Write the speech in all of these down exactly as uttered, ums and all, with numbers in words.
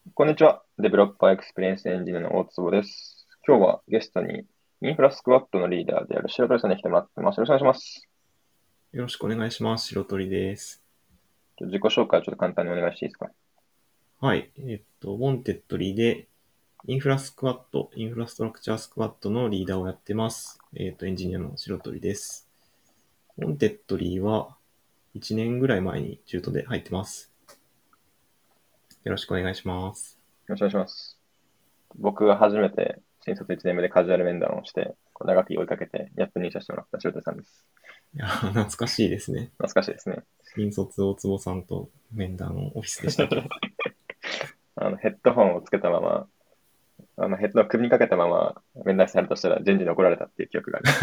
こんにちは。デベロッパーエクスペリエンスエンジニアの大坪です。今日はゲストにインフラスクワットのリーダーである白鳥さんに来てもらってます。よろしくお願いします。 よろしくお願いします。白鳥です。 自己紹介をちょっと簡単にお願いしていいですか？ はい。えっと、ウォンテッドリーで、インフラスクワット、インフラストラクチャースクワットのリーダーをやってます。えっと、エンジニアの白鳥です。ウォンテッドリーはいちねんぐらい前に中途で入ってます。よろしくお願いします。 よろしくお願いします。僕が初めて新卒いちねんめでカジュアル面談をして、こう長き追いかけてやっと入社してもらった白鳥さんです。 いや、懐かしいですね。 懐かしいですね。 新卒大坪さんと面談のオフィスでしたっけ？ あのヘッドホンをつけたまま、あのヘッドホンを首にかけたまま面談されたとしたら人事に怒られたっていう記憶があります。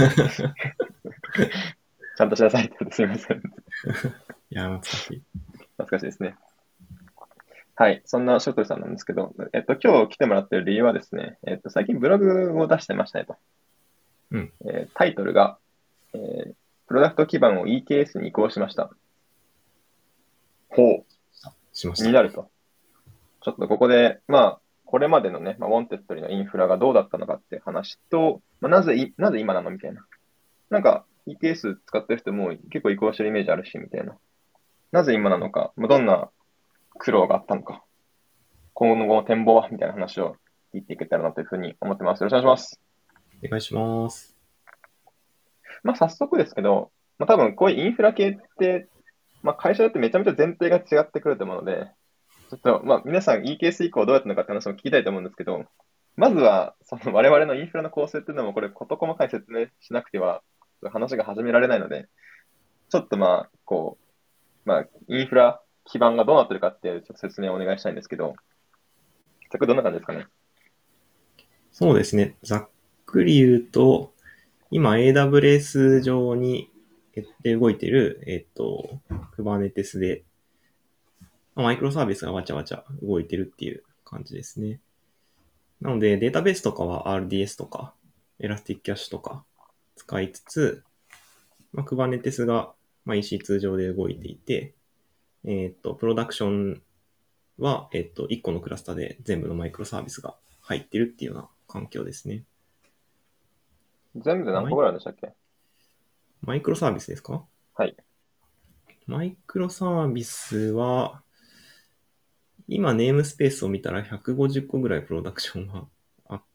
ちゃんとしなさいって言ってすみません。 いや、懐かしい。 懐かしいですね。はい。そんなショットルさんなんですけど、えっと、今日来てもらっている理由はですね、えっと、最近ブログを出してましたねと。 うん。 えータイトルが、えープロダクト基盤を イーケーエス に移行しました。ほう。気にしました。 なると。ちょっとここで、まあ、これまでのね、まあ、ウォンテッドリのインフラがどうだったのかっていう話と、まあ、なぜい、なぜ今なのみたいな。なんか、イーケーエス 使ってる人も結構移行してるイメージあるし、みたいな。なぜ今なのか、まあ、どんな苦労があったのか、今後の展望はみたいな話を聞いていけたらなというふうに思ってます。よろしくお願いします。 お願いします。 まあ、早速ですけど、まあ、多分こういうインフラ系って、まあ、会社だってめちゃめちゃ前提が違ってくると思うので、ちょっと、まあ、皆さん イーケーエス 以降どうやったのかって話も聞きたいと思うんですけど、まずは、その我々のインフラの構成っていうのも、これ、事細かに説明しなくては、話が始められないので、ちょっとまあ、こう、まあ、インフラ基盤がどうなってるかっていうちょっと説明をお願いしたいんですけど、ざっくりどんな感じですかね。 そうですね。ざっくり言うと、今 エーダブリューエス 上にで動いてる、えっと、Kubernetes で、マイクロサービスがわちゃわちゃ動いてるっていう感じですね。なので、データベースとかは アールディーエス とか、エラスティックキャッシュとか使いつつ、まあ、Kubernetes が、まあ、イーシーツー 上で動いていて、えっと、プロダクションは、えっと、いっこのクラスターで全部のマイクロサービスが入ってるっていうような環境ですね。 全部で何マイ個ぐらいあるんでしたっけ？ マイクロサービスですか？ はい。 マイクロサービスは、今ネームスペースを見たらひゃくごじゅっこぐらいプロダクションがあって、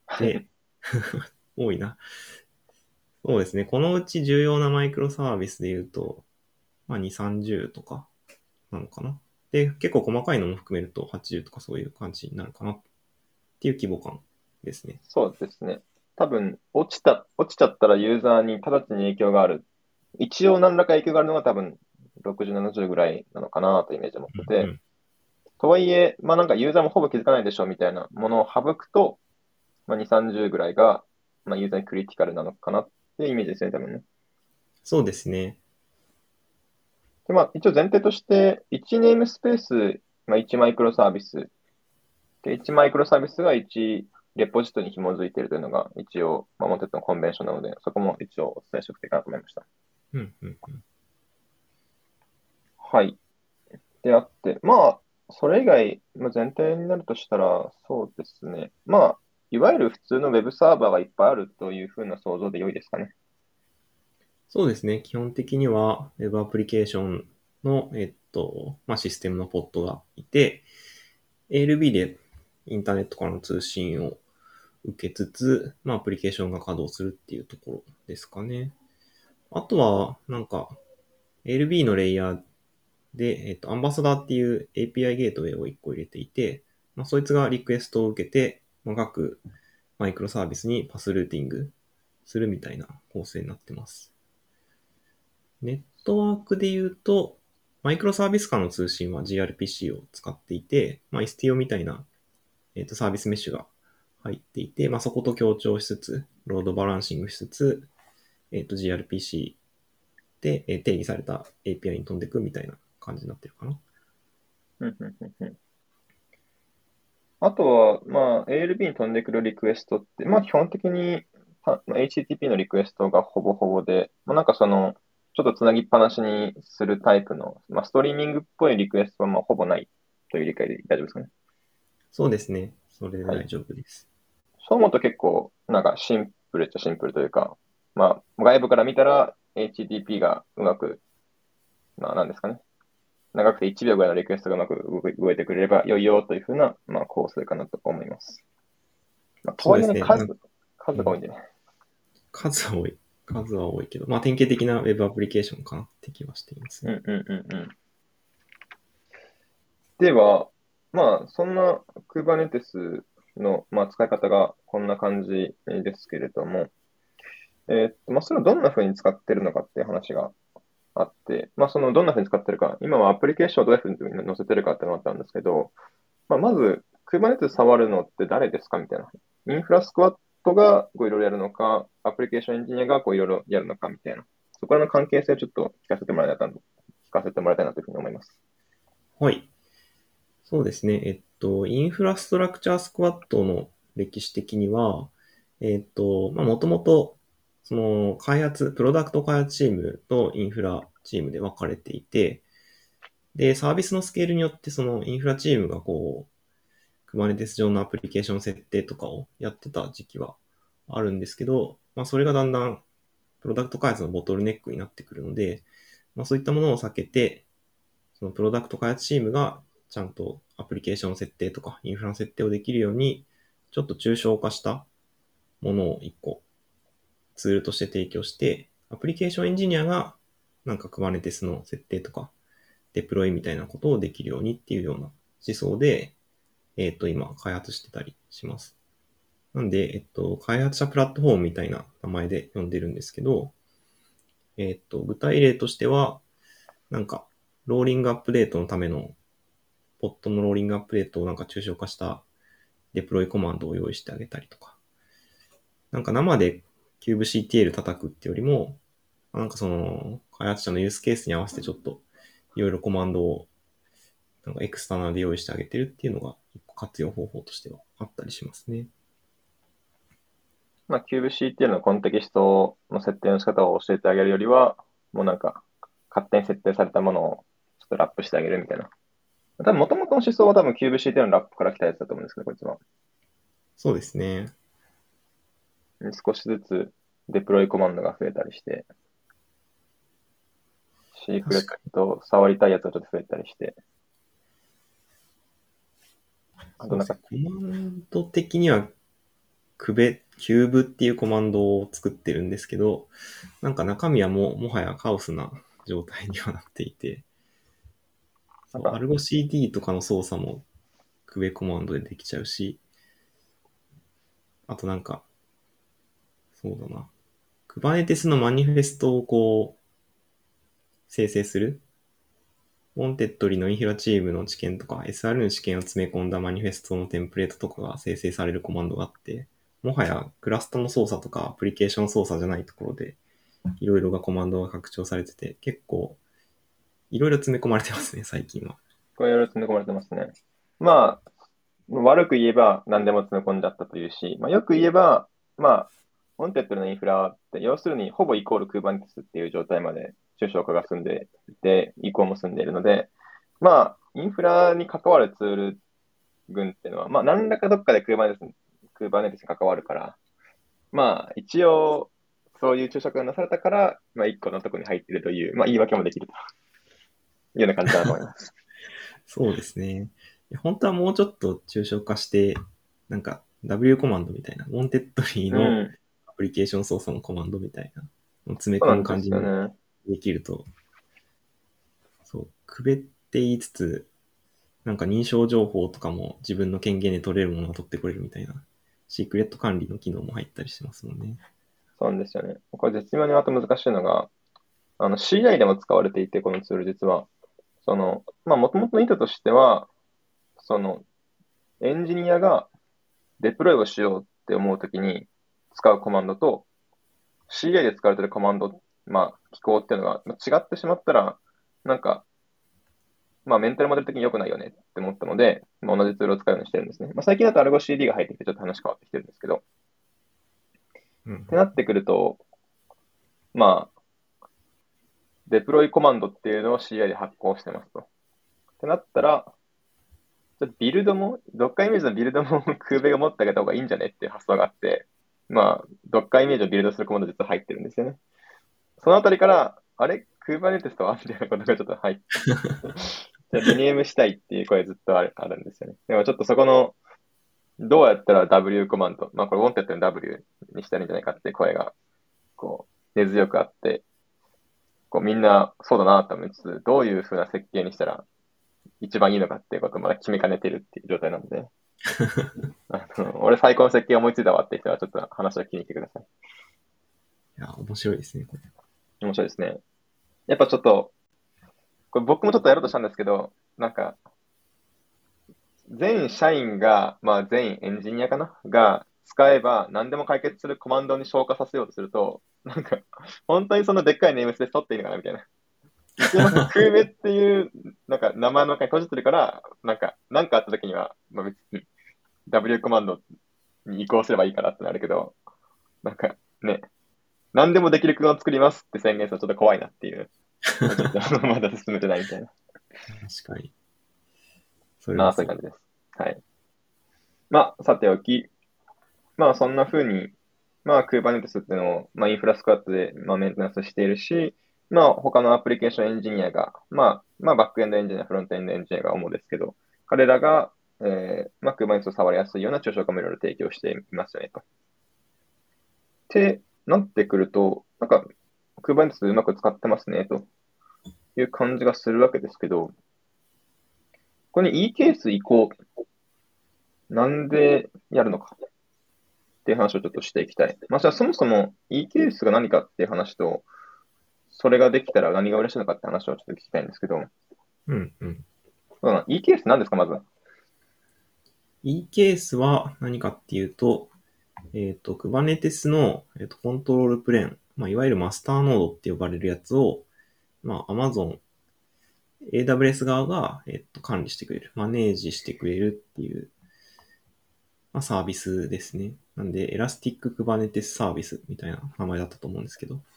多いな。そうですね。このうち重要なマイクロサービスで言うと、まあに、さんじゅうとかなのかな。で、結構細かいのも含めるとはちじゅうとかそういう感じになるかなっていう規模感ですね。 そうですね。多分、落ちた、落ちちゃったらユーザーに直ちに影響がある。一応何らか影響があるのが多分ろくじゅう、ななじゅうぐらいなのかなというイメージを持ってて、 うんうん。 とはいえ、まあなんかユーザーもほぼ気づかないでしょうみたいなものを省くと、まあに、さんじゅうぐらいが、まあユーザーにクリティカルなのかなっていうイメージですね、多分ね。 そうですね。 で、まあ一応前提として、いちネームスペース、まあいちマイクロサービス、で、いちマイクロサービスがいちレポジトに紐づいているというのが一応、まあ、モンテッドのコンベンションなので、そこも一応お伝えしておきたいかなと思いました。 うんうんうん。 はい。であって、まあ、それ以外、まあ、前提になるとしたら、そうですね。まあ、いわゆる普通のウェブサーバーがいっぱいあるというふうな想像で良いですかね。 そうですね。基本的には Web アプリケーションの、えっと、まあ、システムのポットがいて、エーエルビー でインターネットからの通信を受けつつ、まあ、アプリケーションが稼働するっていうところですかね。あとは、なんか、エーエルビー のレイヤーで、えっと、アンバサダーっていう エーピーアイ ゲートウェイをいっこ入れていて、まあ、そいつがリクエストを受けて、まあ、各マイクロサービスにパスルーティングするみたいな構成になってます。ネットワークで言うと、マイクロサービス間の通信は ジーアールピーシー を使っていて、まあ、エスティーオー みたいな、えーとサービスメッシュが入っていて、まあ、そこと協調しつつ、ロードバランシングしつつ、えーと ジーアールピーシー でえー定義された エーピーアイ に飛んでいくみたいな感じになってるかな。 うんうんうんうん。あとは、まあ、エーエルビー に飛んでくるリクエストって、まあ、基本的に、たまあ エイチティーティーピー のリクエストがほぼほぼで、まあ、なんかその、ちょっとつなぎっぱなしにするタイプの、まあ、ストリーミングっぽいリクエストはまあほぼないという理解で大丈夫ですかね。 そうですね。それではい。 大丈夫です。 そう思うと結構、なんかシンプルっちゃシンプルというか、まあ、外部から見たら エイチティーピー がうまく、まあ、なんですかね。長くていちびょうぐらいのリクエストがうまく動い動いてくれれば良いよというふうな、まあ、構成かなと思います。まあ、とはいえね、 そうですね。な数、 んうん、 数が多いんでね。 数は多い。数は多いけど、まあ、典型的な Web アプリケーションかなって気はしていますね。 うんうんうんうん。では、まあ、そんな Kubernetes の、まあ、使い方がこんな感じですけれども、えーっと、まあ、それをどんな風に使ってるのかっていう話があって、まあ、そのどんな風に使ってるか、今はアプリケーションをどういう風に載せてるかっていうのがあったんですけど、まあ、まず、Kubernetes 触るのって誰ですかみたいな。インフラスクワットがこういろいろやるのか、アプリケーションエンジニアがこういろいろやるのかみたいな。そこらの関係性をちょっと聞かせてもらいたいな、聞かせてもらいたいなというふうに思います。 はい。そうですね。えっと、インフラストラクチャースクワットの歴史的には、えっと、まあ、もともと、その、開発、プロダクト開発チームとインフラチームで分かれていて、で、サービスのスケールによって、そのインフラチームがこう、Kubernetes 上のアプリケーション設定とかをやってた時期はあるんですけど、まあ、それがだんだんプロダクト開発のボトルネックになってくるので、まあ、そういったものを避けて、そのプロダクト開発チームがちゃんとアプリケーション設定とかインフラの設定をできるように、ちょっと抽象化したものを一個ツールとして提供して、アプリケーションエンジニアがなんか Kubernetes の設定とかデプロイみたいなことをできるようにっていうような思想で、えっ、と、今開発してたりします。なんで、えっと、開発者プラットフォームみたいな名前で呼んでるんですけど、えっと、具体例としては、なんか、ローリングアップデートのための、ポットのローリングアップデートをなんか抽象化したデプロイコマンドを用意してあげたりとか、なんか生で kubectl 叩くってよりも、なんかその、開発者のユースケースに合わせてちょっといろいろコマンドをなんかエクスターナルで用意してあげてるっていうのが一個活用方法としてはあったりしますね。 まあ、キューブシーティーエル のコンテキストの設定の仕方を教えてあげるよりは、もうなんか、勝手に設定されたものをちょっとラップしてあげるみたいな。多分元々の思想は多分 キューブシーティーエル のラップから来たやつだと思うんですけど、こいつは。 そうですね。 少しずつデプロイコマンドが増えたりして、シークレッ確かに。 ト触りたいやつがちょっと増えたりして、あとなんか、 そうですね。コマンド的にはクベ、キューブっていうコマンドを作ってるんですけど、なんか中身はもう、もはやカオスな状態にはなっていて、そう、アなんか、 ルゴ シーディー とかの操作もクベコマンドでできちゃうし、あとなんか、そうだな。Kubernetes のマニフェストをこう、生成する。モンテッドリのインフラチームの知見とか、エスアール の知見を詰め込んだマニフェストのテンプレートとかが生成されるコマンドがあって、もはやクラスタの操作とかアプリケーション操作じゃないところで、いろいろがコマンドが拡張されてて、結構いろいろ詰め込まれてますね、最近は。 これいろいろ詰め込まれてますね。まあ、悪く言えば何でも詰め込んじゃったというし、まあ、よく言えば、まあ、モンテッドのインフラって、要するにほぼイコール Kubernetes っていう状態まで抽象化が進んでいて、移行も進んでいるので、まあ、インフラに関わるツール群っていうのは、まあ、何らかどっかで Kubernetes に、Kubernetes に関わるから、まあ、一応、そういう抽象化がなされたから、まあ、一個のところに入っているという、まあ、言い訳もできるというような感じだなと思います。 そうですね。本当はもうちょっと抽象化して、なんか W コマンドみたいな、モンテッドリーうのん。 アプリケーション操作のコマンドみたいな、詰め込むそうなんで感じにすよね。 できると、そう、くべって言いつつ、なんか認証情報とかも自分の権限で取れるものを取ってくれるみたいな、シークレット管理の機能も入ったりしてますもんね。 そうなんですよね。これ絶妙にまた難しいのが、あの シーアイ でも使われていて、このツール実は。その、まあ、もともとの意図としては、その、エンジニアがデプロイをしようって思うときに使うコマンドと、シーアイ で使われているコマンド、まあ、機構っていうのが違ってしまったら、なんか、まあ、メンタルモデル的に良くないよねって思ったので、まあ、同じツールを使うようにしてるんですね。まあ、最近だと Argo シーディー が入ってきてちょっと話変わってきてるんですけど、っうん。 てなってくると、まあ、デプロイコマンドっていうのを シーアイ で発行してますと。ってなったら、 ちょっとビルドも、ドッカーイメージのビルドも空米が持ってあげた方がいいんじゃねっていう発想があって、まあ、ドッカーイメージをビルドするコマンド実は入ってるんですよね。そのあたりから、あれ Kubernetes とはみたいなことがちょっと入って、じゃあリネームしたいっていう声ずっとある、あるんですよね。でもちょっとそこの、どうやったら W コマンド、まあこれ wanted の W にしたらいいんじゃないかっていう声が、こう、根強くあって、こうみんなそうだなと思いつつ、どういう風な設計にしたら一番いいのかっていうことをまだ決めかねてるっていう状態なので、あの俺最高の設計思いついたわって人はちょっと話を聞きに来てください。 いや、面白いですね、これ。 面白いですね。やっぱちょっと、これ僕もちょっとやろうとしたんですけど、なんか、全社員が、まあ全員エンジニアかなが使えば何でも解決するコマンドに消化させようとすると、なんか、本当にそのでっかいネームスペース取っていいのかなみたいな。一応なんか空メっていう、なんか名前の中に閉じてるから、なんか、なんかあった時には、まあ別に W コマンドに移行すればいいかなってなるけど、なんかね、何でもできる空間を作りますって宣言するとちょっと怖いなっていう。ちょっとまだ進めてないみたいな。 確かに。それまはそう。 あそういう感じです。はい。まあ、さておき、まあそんな風に、まあ Kubernetes っていうのを、まあインフラスクワットで、まあ、メンテナンスしているし、まあ他のアプリケーションエンジニアが、まあ、まあバックエンドエンジニア、フロントエンドエンジニアが主ですけど、彼らが、えー、まあ Kubernetes を触りやすいような抽象化もいろいろ提供していますよねと。ってなってくると、なんか Kubernetes うまく使ってますねという感じがするわけですけど、ここに EKS 移行、なんでやるのかっていう話をちょっとしていきたい。まあ、じゃあそもそも EKS が何かっていう話と、それができたら何が嬉しいのかって話をちょっと聞きたいんですけど、 うんうん。 うん、EKS 何ですか、まず。 E ケースは何かっていうと、えっ、と、Kubernetes の、えーとコントロールプレーン、まあ、いわゆるマスターノードって呼ばれるやつを、まあ、Amazon、エーダブリューエス 側が、えっ、と、管理してくれる、マネージしてくれるっていう、まあ、サービスですね。なんで、Elastic Kubernetes サービスみたいな名前だったと思うんですけど、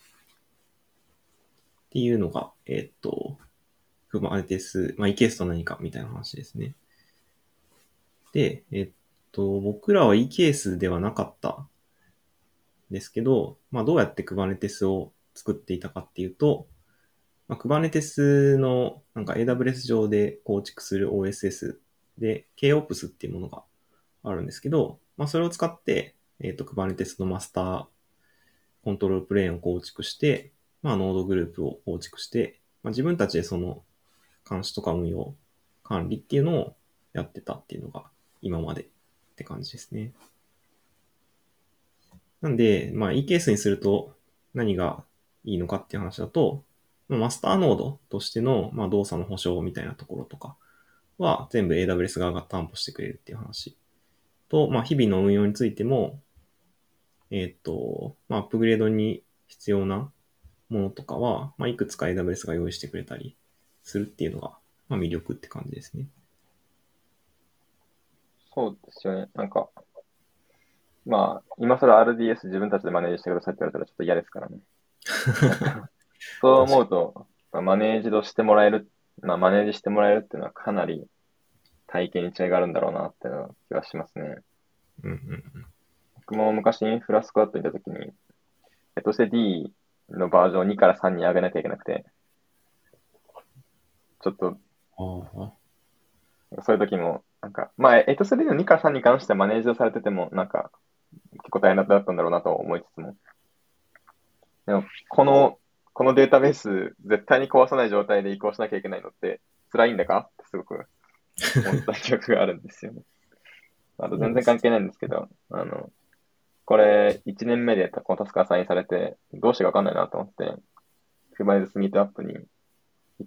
っていうのが、えっ、と、Kubernetes、まあ、イーケーエス と何かみたいな話ですね。で、えっと、僕らは イーケーエス ではなかったんですけど、まあ、どうやって Kubernetes を作っていたかっていうと、まあ、Kubernetes のなんか エーダブリューエス 上で構築する オーエスエス で KOps っていうものがあるんですけど、まあ、それを使って、えっと、Kubernetes のマスターコントロールプレーンを構築して、まあ、ノードグループを構築して、まあ、自分たちでその監視とか運用、管理っていうのをやってたっていうのが今までって感じですね。なんで、まあ、イーケーエス にすると何がいいのかっていう話だと、マスターノードとしての、まあ、動作の保証みたいなところとかは全部 エーダブリューエス 側が担保してくれるっていう話と、まあ、日々の運用についても、えっと、まあ、アップグレードに必要なものとかは、まあ、いくつか エーダブリューエス が用意してくれたりするっていうのが、まあ、魅力って感じですね。 そうですよね。なんか、まあ、今更 アールディーエス 自分たちでマネージしてくださいって言われたらちょっと嫌ですからね。なんか、そう思確かうと、マネージドしてもらえる、まあ、マネージしてもらえるっていうのはかなり体験に違いがあるんだろうなっていう気がしますね。 に。うんうん僕も昔インフラスクワットにいたときに、エトセ D のバージョンにからさんに上げなきゃいけなくて、ちょっと、 うん。ああ、 そういう時も、なんか、まあ、エトセ D のにからさんに関してはマネージドされてても、なんか、結構大変だったんだろうなと思いつつも、でも、この、このデータベース、絶対に壊さない状態で移行しなきゃいけないのって、辛いんだかってすごく思った記憶があるんですよね。あとそうです。 全然関係ないんですけど、あの、これ、いちねんめでこのタスクアサインされて、どうしてかわかんないなと思って、クバイズスミートアップに行って、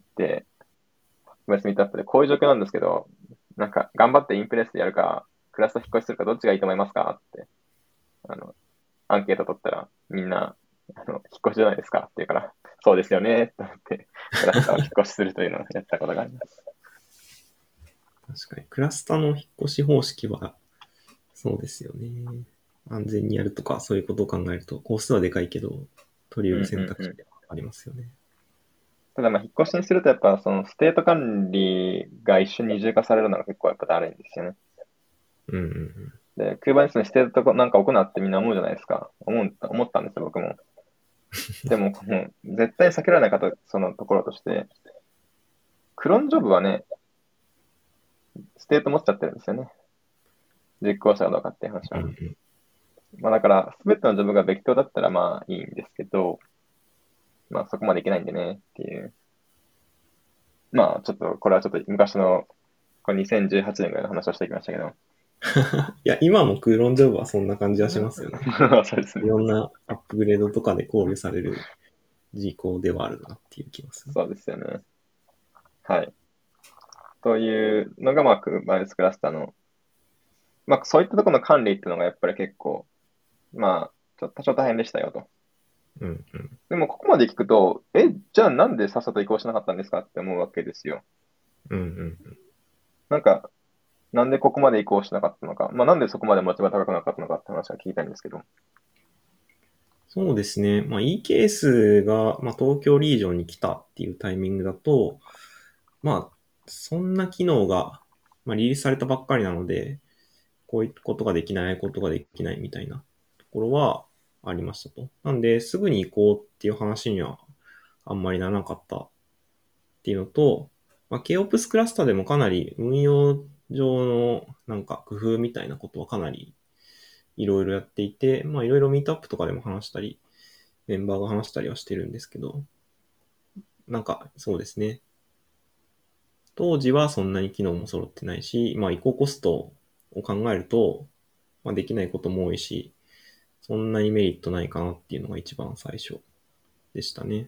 クバイズスミートアップでこういう状況なんですけど、なんか、頑張ってインプレスでやるか、クラスター引っ越しするか、どっちがいいと思いますかって、あの、アンケート取ったら、みんな、あの、引っ越しじゃないですかって言うから、そうですよね、と思って、クラスターを引っ越しするというのをやったことがあります。 確かに。クラスターの引っ越し方式は、そうですよね。安全にやるとか、そういうことを考えると、コースはでかいけど、取り得るうんうんうん。 選択肢ではありますよね。 ただまあ引っ越しにするとやっぱそのステート管理が一緒に二重化されるのが結構やっぱだるいんですよね。 うんうんうん。 で、Kubernetes にステートなんか置くなってみんな思うじゃないですか。思う、思ったんですよ、僕も。でも、もう絶対避けられない方、そのところとして、クローンジョブはね、ステート持っちゃってるんですよね。実行者がどうかっていう話は。 うんうん。 まあだから、すべてのジョブがベクトルだったらまあいいんですけど、まあそこまでいけないんでねっていう。まあちょっと、これはちょっと昔の、これにせんじゅうはちねんぐらいの話をしてきましたけど。 いや、今もクーロンジョブはそんな感じはしますよね。 そうですね。 いろんなアップグレードとかで考慮される事項ではあるなっていう気がする。 そうですよね。はい。というのが、まあ、Kubernetes クラスターの、まあそういったところの管理っていうのがやっぱり結構、まあ、ちょっと多少大変でしたよと。 うんうん。 でも、ここまで聞くと、え、じゃあなんでさっさと移行しなかったんですかって思うわけですよ。 うんうんうん。 なんか、なんでここまで移行しなかったのか。まあ、なんでそこまでモチベが高くなかったのかって話は聞きたいんですけど。 そうですね。まあ、イーケーエス が、まあ、東京リージョンに来たっていうタイミングだと、まあ、そんな機能が、まあ、リリースされたばっかりなので、こういうことができない、ああいうことができないみたいなところはありましたと。なんで、すぐに行こうっていう話にはあんまりならなかったっていうのと、まあ、KOPS クラスターでもかなり運用上のなんか工夫みたいなことはかなりいろいろやっていて、まあいろいろミートアップとかでも話したり、メンバーが話したりはしてるんですけど、なんかそうですね。当時はそんなに機能も揃ってないし、まあ移行コストを考えると、まあできないことも多いし、そんなにメリットないかなっていうのが一番最初でしたね。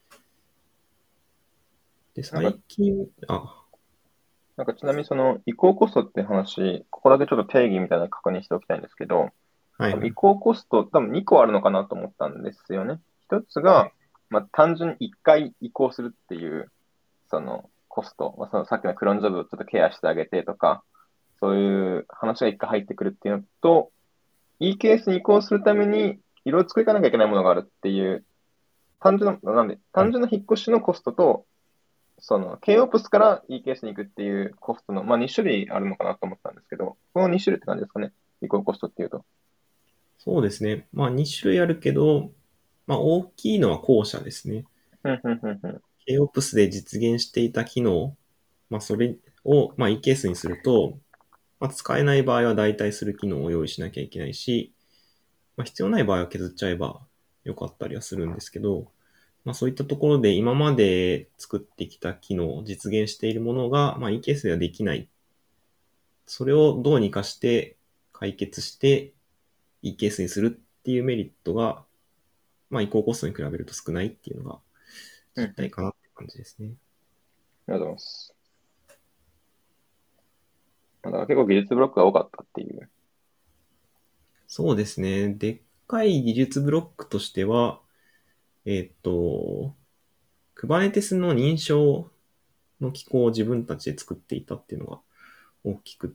で、 なんか、 最近、あ、 なんかちなみにその移行コストって話、ここだけちょっと定義みたいなの確認しておきたいんですけど、 はいはい。 多分移行コスト多分にこあるのかなと思ったんですよね。一つが、まあ、単純にいっかい移行するっていう、そのコスト、まあ、そのさっきのクローンジョブをちょっとケアしてあげてとか、そういう話がいっかい入ってくるっていうのと、イーケーエス に移行するために、いろいろ作りかなきゃいけないものがあるっていう、単純な、なんで、 うん。 単純な引っ越しのコストと、その、KOPS から イーケーエス に行くっていうコストの、まあに種類あるのかなと思ったんですけど、このに種類って感じですかね。移行コストっていうと。 そうですね。まあに種類あるけど、まあ大きいのは後者ですね。 ふんふんふんふん。 KOPS で実現していた機能、まあそれを、まあ イーケーエス にすると、まあ、使えない場合は代替する機能を用意しなきゃいけないし、まあ、必要ない場合は削っちゃえばよかったりはするんですけど、まあ、そういったところで今まで作ってきた機能、実現しているものが、まあ、イーケーエス ではできない。それをどうにかして解決して イーケーエス にするっていうメリットが、まあ、移行コストに比べると少ないっていうのがふんふん。 実態かなって感じですね。 ありがとうございます。だから結構技術ブロックが多かったっていう。 そうですね。でっかい技術ブロックとしては、えーっと、Kubernetes の認証の機構を自分たちで作っていたっていうのが大きくって、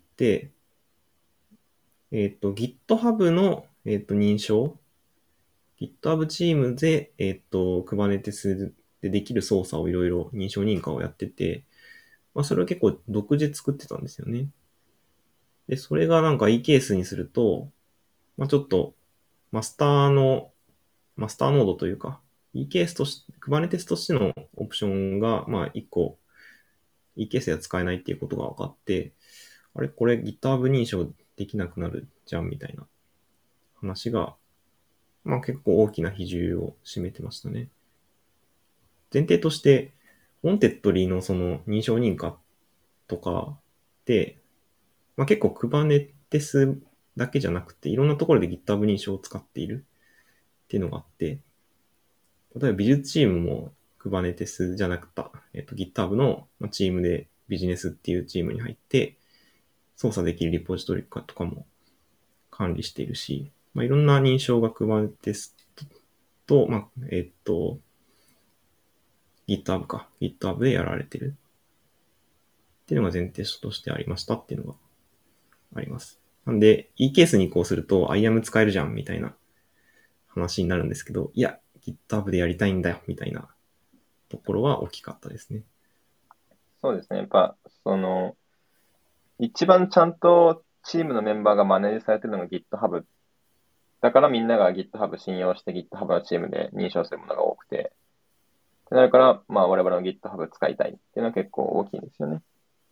えっ、と、GitHub の、えっ、と、認証、GitHub チームで、えっ、と、Kubernetes でできる操作をいろいろ認証認可をやってて、まあ、それを結構独自で作ってたんですよね。で、それがなんか イーケーエス にすると、まあ、ちょっと、マスターの、マスターノードというか、イーケーエス とし、Kubernetes としてのオプションが、まあ、いっこ イーケーエス では使えないっていうことが分かって、あれ、これ GitHub 認証できなくなるじゃんみたいな話が、まあ結構大きな比重を占めてましたね。前提として、オンテッドリーのその認証認可とかで、まあ結構 Kubernetes だけじゃなくて、いろんなところで GitHub 認証を使っているっていうのがあって、例えば美術チームも Kubernetes じゃなくて、えっと、GitHub のチームでビジネスっていうチームに入って、操作できるリポジトリとかも管理しているし、まあ、いろんな認証が Kubernetes と、まあ、えっと、GitHub か。GitHub でやられてるっていうのが前提としてありましたっていうのがあります。なんで、イーケーエス に移行すると アイアム 使えるじゃんみたいな話になるんですけど、いや、GitHub でやりたいんだよみたいなところは大きかったですね。 そうですね。やっぱ、その、一番ちゃんとチームのメンバーがマネージされてるのが GitHub。だからみんなが GitHub 信用して GitHub のチームで認証するものが多くて、ってなるから、まあ我々の GitHub 使いたいっていうのは結構大きいんですよね。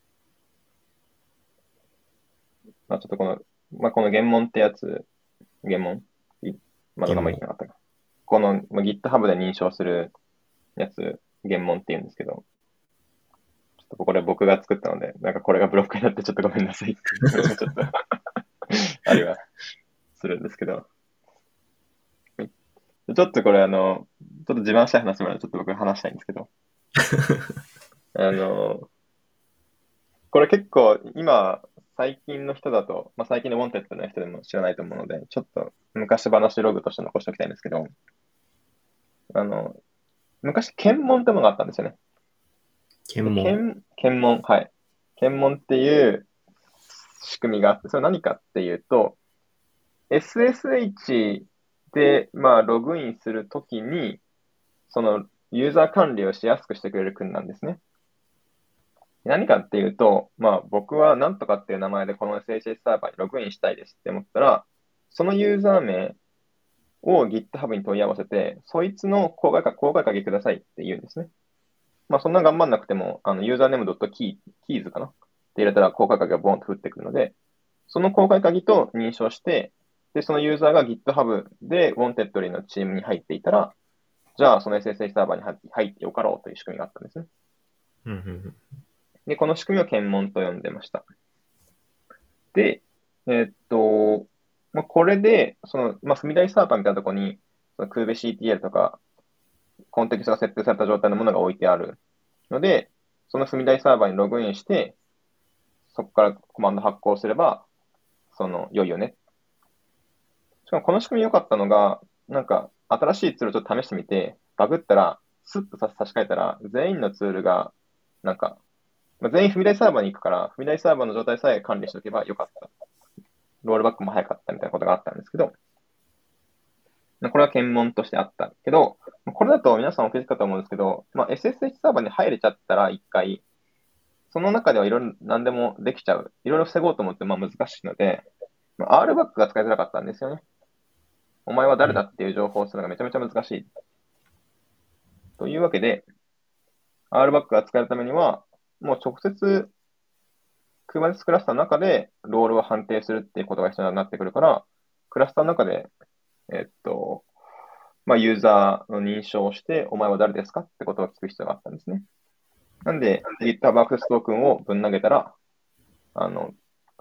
まあちょっとこの、まあこの原問ってやつ、原問いまだ名前言っ現も。 てなかったか。この、まあ、GitHub で認証するやつ、原問って言うんですけど、ちょっとこれ僕が作ったので、なんかこれがブロックになってちょっとごめんなさいっていう話がちょっとありはするんですけど、ちょっとこれあの、ちょっと自慢したい話もあるのでちょっと僕が話したいんですけど、あの、これ結構今、最近の人だと、まあ、最近のウォンテッドの人でも知らないと思うので、ちょっと昔話ログとして残しておきたいんですけど、あの、昔検問ってものがあったんですよね。で、 検問。 検、検問、はい。検問っていう仕組みがあって、それ何かっていうと、エスエスエイチ で、まあ、ログインするときに、そのユーザー管理をしやすくしてくれる国なんですね。何かっていうと、まあ僕はなんとかっていう名前でこの エスエスエス サーバーにログインしたいですって思ったら、そのユーザー名を GitHub に問い合わせて、そいつの公開か公開鍵くださいって言うんですね。まあそんな頑張んなくても、あのユーザーネーム .keys キーズかなって入れたら公開鍵がボンと降ってくるので、その公開鍵と認証して、で、そのユーザーが GitHub で Wanted のチームに入っていたら、じゃあその エスエスエス サーバーに入ってよかろうという仕組みがあったんですね。 うんうんで、この仕組みを検問と呼んでました。で、えーっと、まあ、これで、その、まあ、踏み台サーバーみたいなところに、その KubeCTL とか、コンテキストが設定された状態のものが置いてあるので、その踏み台サーバーにログインして、そこからコマンド発行すれば、その、良いよね。しかもこの仕組み良かったのが、なんか、新しいツールをちょっと試してみて、バグったら、スッと差し替えたら、全員のツールが、なんか、まあ、全員踏み台サーバーに行くから、踏み台サーバーの状態さえ管理しておけばよかった。ロールバックも早かったみたいなことがあったんですけど、これは検問としてあったけど、これだと皆さんお気づきかと思うんですけど、まあ、エスエスエイチ サーバーに入れちゃったら一回、その中ではいろいろ何でもできちゃう。いろいろ防ごうと思ってまあ難しいので、まあ アール バックが使いづらかったんですよね。お前はうん。 誰だっていう情報をするのがめちゃめちゃ難しい。というわけで、アール バックが使えるためには、もう直接 Kubernetes クラスターの中でロールを判定するっていうことが必要になってくるから、クラスターの中で、えっと、まあ、ユーザーの認証をして、お前は誰ですかってことを聞く必要があったんですね。なんで、GitHub Access トークンをぶん投げたら、あの、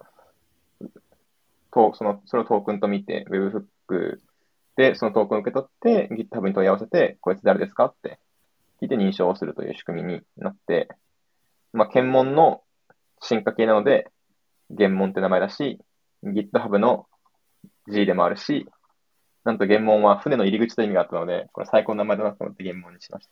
とその、それをトークンと見て、Webhook でそのトークンを受け取って、GitHub に問い合わせて、こいつ誰ですかって聞いて認証をするという仕組みになって、まあ、検問の進化系なので、原問って名前だし、GitHub の G でもあるし、なんと原問は船の入り口という意味があったので、これ最高の名前だなと思って原問にしました。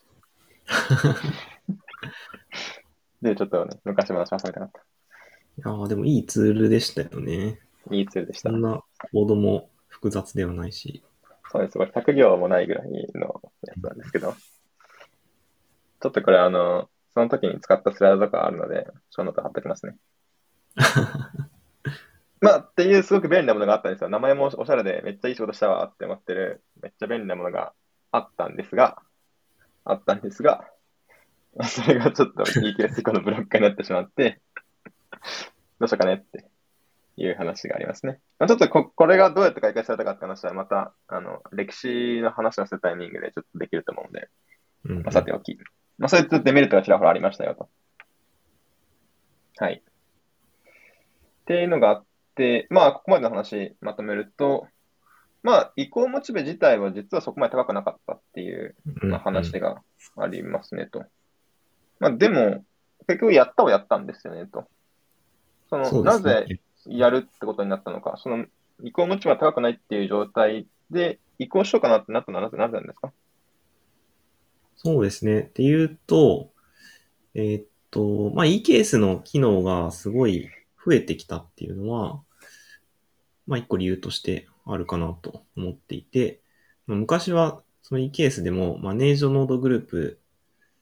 で、ちょっとね、昔話を挟みたかった。 いやーでもいいツールでしたよね。 いいツールでした。 そんなコードも複雑ではないし。 そうです。これひゃく行もないぐらいのやつなんですけど、ちょっとこれあの、その時に使ったスライドとかあるので、ショーノート貼っておきますね。まあ、っていうすごく便利なものがあったんですよ。名前もおしゃれでめっちゃいい仕事したわって思ってる、めっちゃ便利なものがあったんですが、あったんですが、それがちょっと イーケーエス 以降のブロックになってしまって、どうしようかねっていう話がありますね。まあ、ちょっとこ、これがどうやって解決されたかって話はまた、あの、歴史の話をするタイミングでちょっとできると思うので、まあ、さうんうん。 ておき。まあ、そういうデメリットがちらほらありましたよと。はい。っていうのがあって、まあ、ここまでの話まとめると、まあ、移行モチベ自体は実はそこまで高くなかったっていう、まあ、 うんうん。 話がありますねと。まあ、でも、結局やったはやったんですよねと。その、 そうですね。 なぜやるってことになったのか、その、移行モチベが高くないっていう状態で、移行しようかなってなったのはなぜ、なぜなんですか？ そうですね。っていうと、えーっと、まあ、イーケーエス の機能がすごい増えてきたっていうのは、まあ、一個理由としてあるかなと思っていて、まあ昔はその イーケーエス でもマネージドノードグループ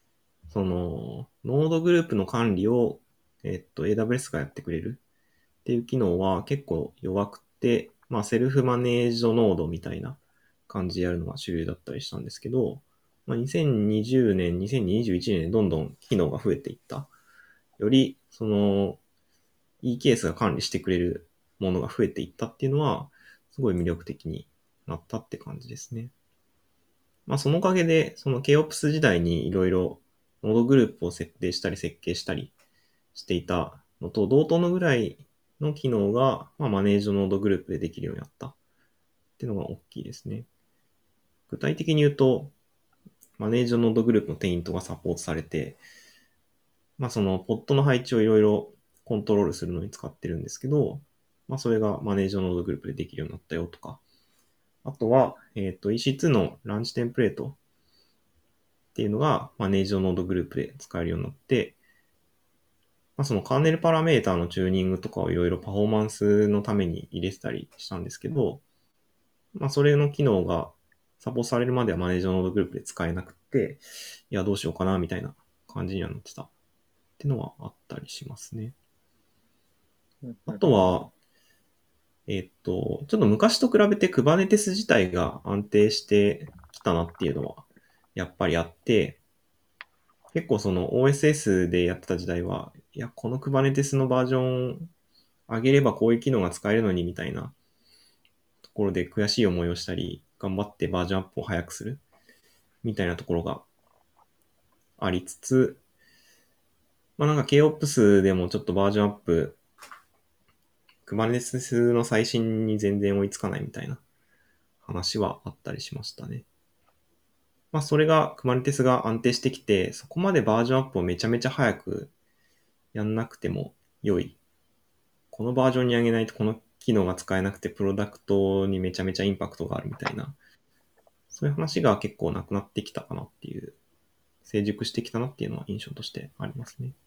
その、ノードグループの管理を、えっと、エーダブリューエス がやってくれるっていう機能は結構弱くて、まあ、セルフマネージドノードみたいな感じでやるのが主流だったりしたんですけど、まあ、にせんにじゅうねん、にせんにじゅういちねんでどんどん機能が増えていった。より、その、イーケーエス が管理してくれるものが増えていったっていうのは、すごい魅力的になったって感じですね。まあ、そのおかげで、その KOPS 時代にいろいろノードグループを設定したり設計したりしていたのと同等のぐらいの機能が、まあ、マネージドノードグループでできるようになったっていうのが大きいですね。具体的に言うと、マネージドノードグループのテイントがサポートされて、まあ、そのポットの配置をいろいろコントロールするのに使ってるんですけど、まあ、それがマネージドノードグループでできるようになったよとか、あとは、えっと、イーシーツー のランチテンプレートっていうのがマネージドノードグループで使えるようになって、まあ、そのカーネルパラメーターのチューニングとかをいろいろパフォーマンスのために入れてたりしたんですけど、まあ、それの機能がサポートされるまではマネージドノードグループで使えなくて、いや、どうしようかな、みたいな感じにはなってたっていうのはあったりしますね。あとは、えっと、ちょっと昔と比べて Kubernetes 自体が安定してきたなっていうのは、やっぱりあって、結構その オーエスエス でやってた時代は、いや、この Kubernetes のバージョン上げればこういう機能が使えるのにみたいなところで悔しい思いをしたり、頑張ってバージョンアップを早くするみたいなところがありつつ、まあなんか KOPS でもちょっとバージョンアップ、Kubernetes の最新に全然追いつかないみたいな話はあったりしましたね。まあそれが Kubernetes が安定してきて、そこまでバージョンアップをめちゃめちゃ早くやんなくても良い。このバージョンに上げないとこの機能が使えなくてプロダクトにめちゃめちゃインパクトがあるみたいな、そういう話が結構なくなってきたかなっていう、成熟してきたなっていうのは印象としてありますね。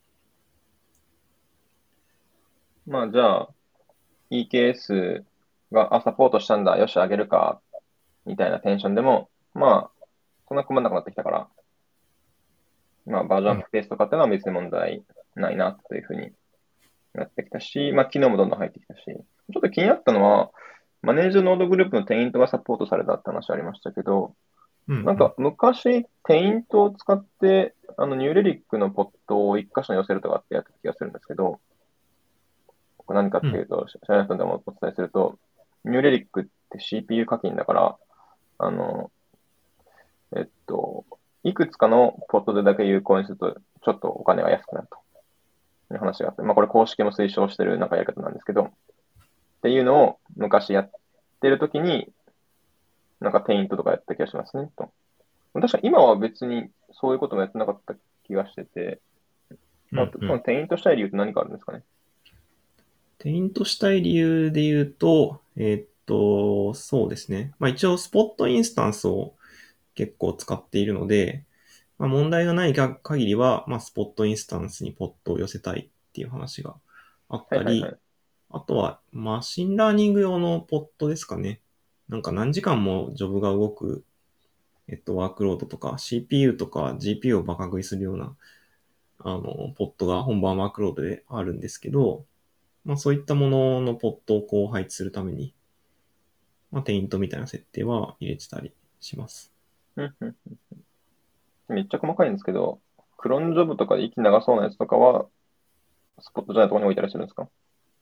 まあ、じゃあ、イーケーエス が、あ、サポートしたんだ、よし、あげるか、みたいなテンションでも、まあ、そんな困んなくなってきたから、まあ、バージョンアッうん。 プペースとかっていうのは別に問題ないな、というふうになってきたし、まあ、機能もどんどん入ってきたし、ちょっと気になったのは、マネージドノードグループのテイントがサポートされたって話ありましたけど、 うん、 なんかうん。 昔、テイントを使って、あの、ニューレリックのポットを一箇所に寄せるとかってやった気がするんですけど、これ何かうん。 っていうと、知らない人でもお伝えすると、ニューレリックって シーピーユー 課金だから、あの、えっと、いくつかのポットでだけ有効にすると、ちょっとお金が安くなるという話があって、まあこれ公式も推奨してるなんかやり方なんですけど、っていうのを昔やってる時に、なんかテイントとかやった気がしますね、と。確か今は別にそういうこともやってなかった気がしてて、まあ、 うん、うん。 そのテイントしたい理由って何かあるんですかね。 テイントしたい理由で言うと、えーっと、そうですね。まあ一応スポットインスタンスを結構使っているので、まあ問題がない限りは、まあスポットインスタンスにポットを寄せたいっていう話があったり、 はいはいはい。 あとはマシンラーニング用のポットですかね。なんか何時間もジョブが動く、えっと、ワークロードとか シーピーユー とか ジーピーユー をバカ食いするような、あの、ポットが本番ワークロードであるんですけど、まあそういったもののポットをこう配置するために、まあテイントみたいな設定は入れてたりします。 うんうん。めっちゃ細かいんですけど、クロンジョブとかで息長そうなやつとかは、スポットじゃないところに置いたりするんですか？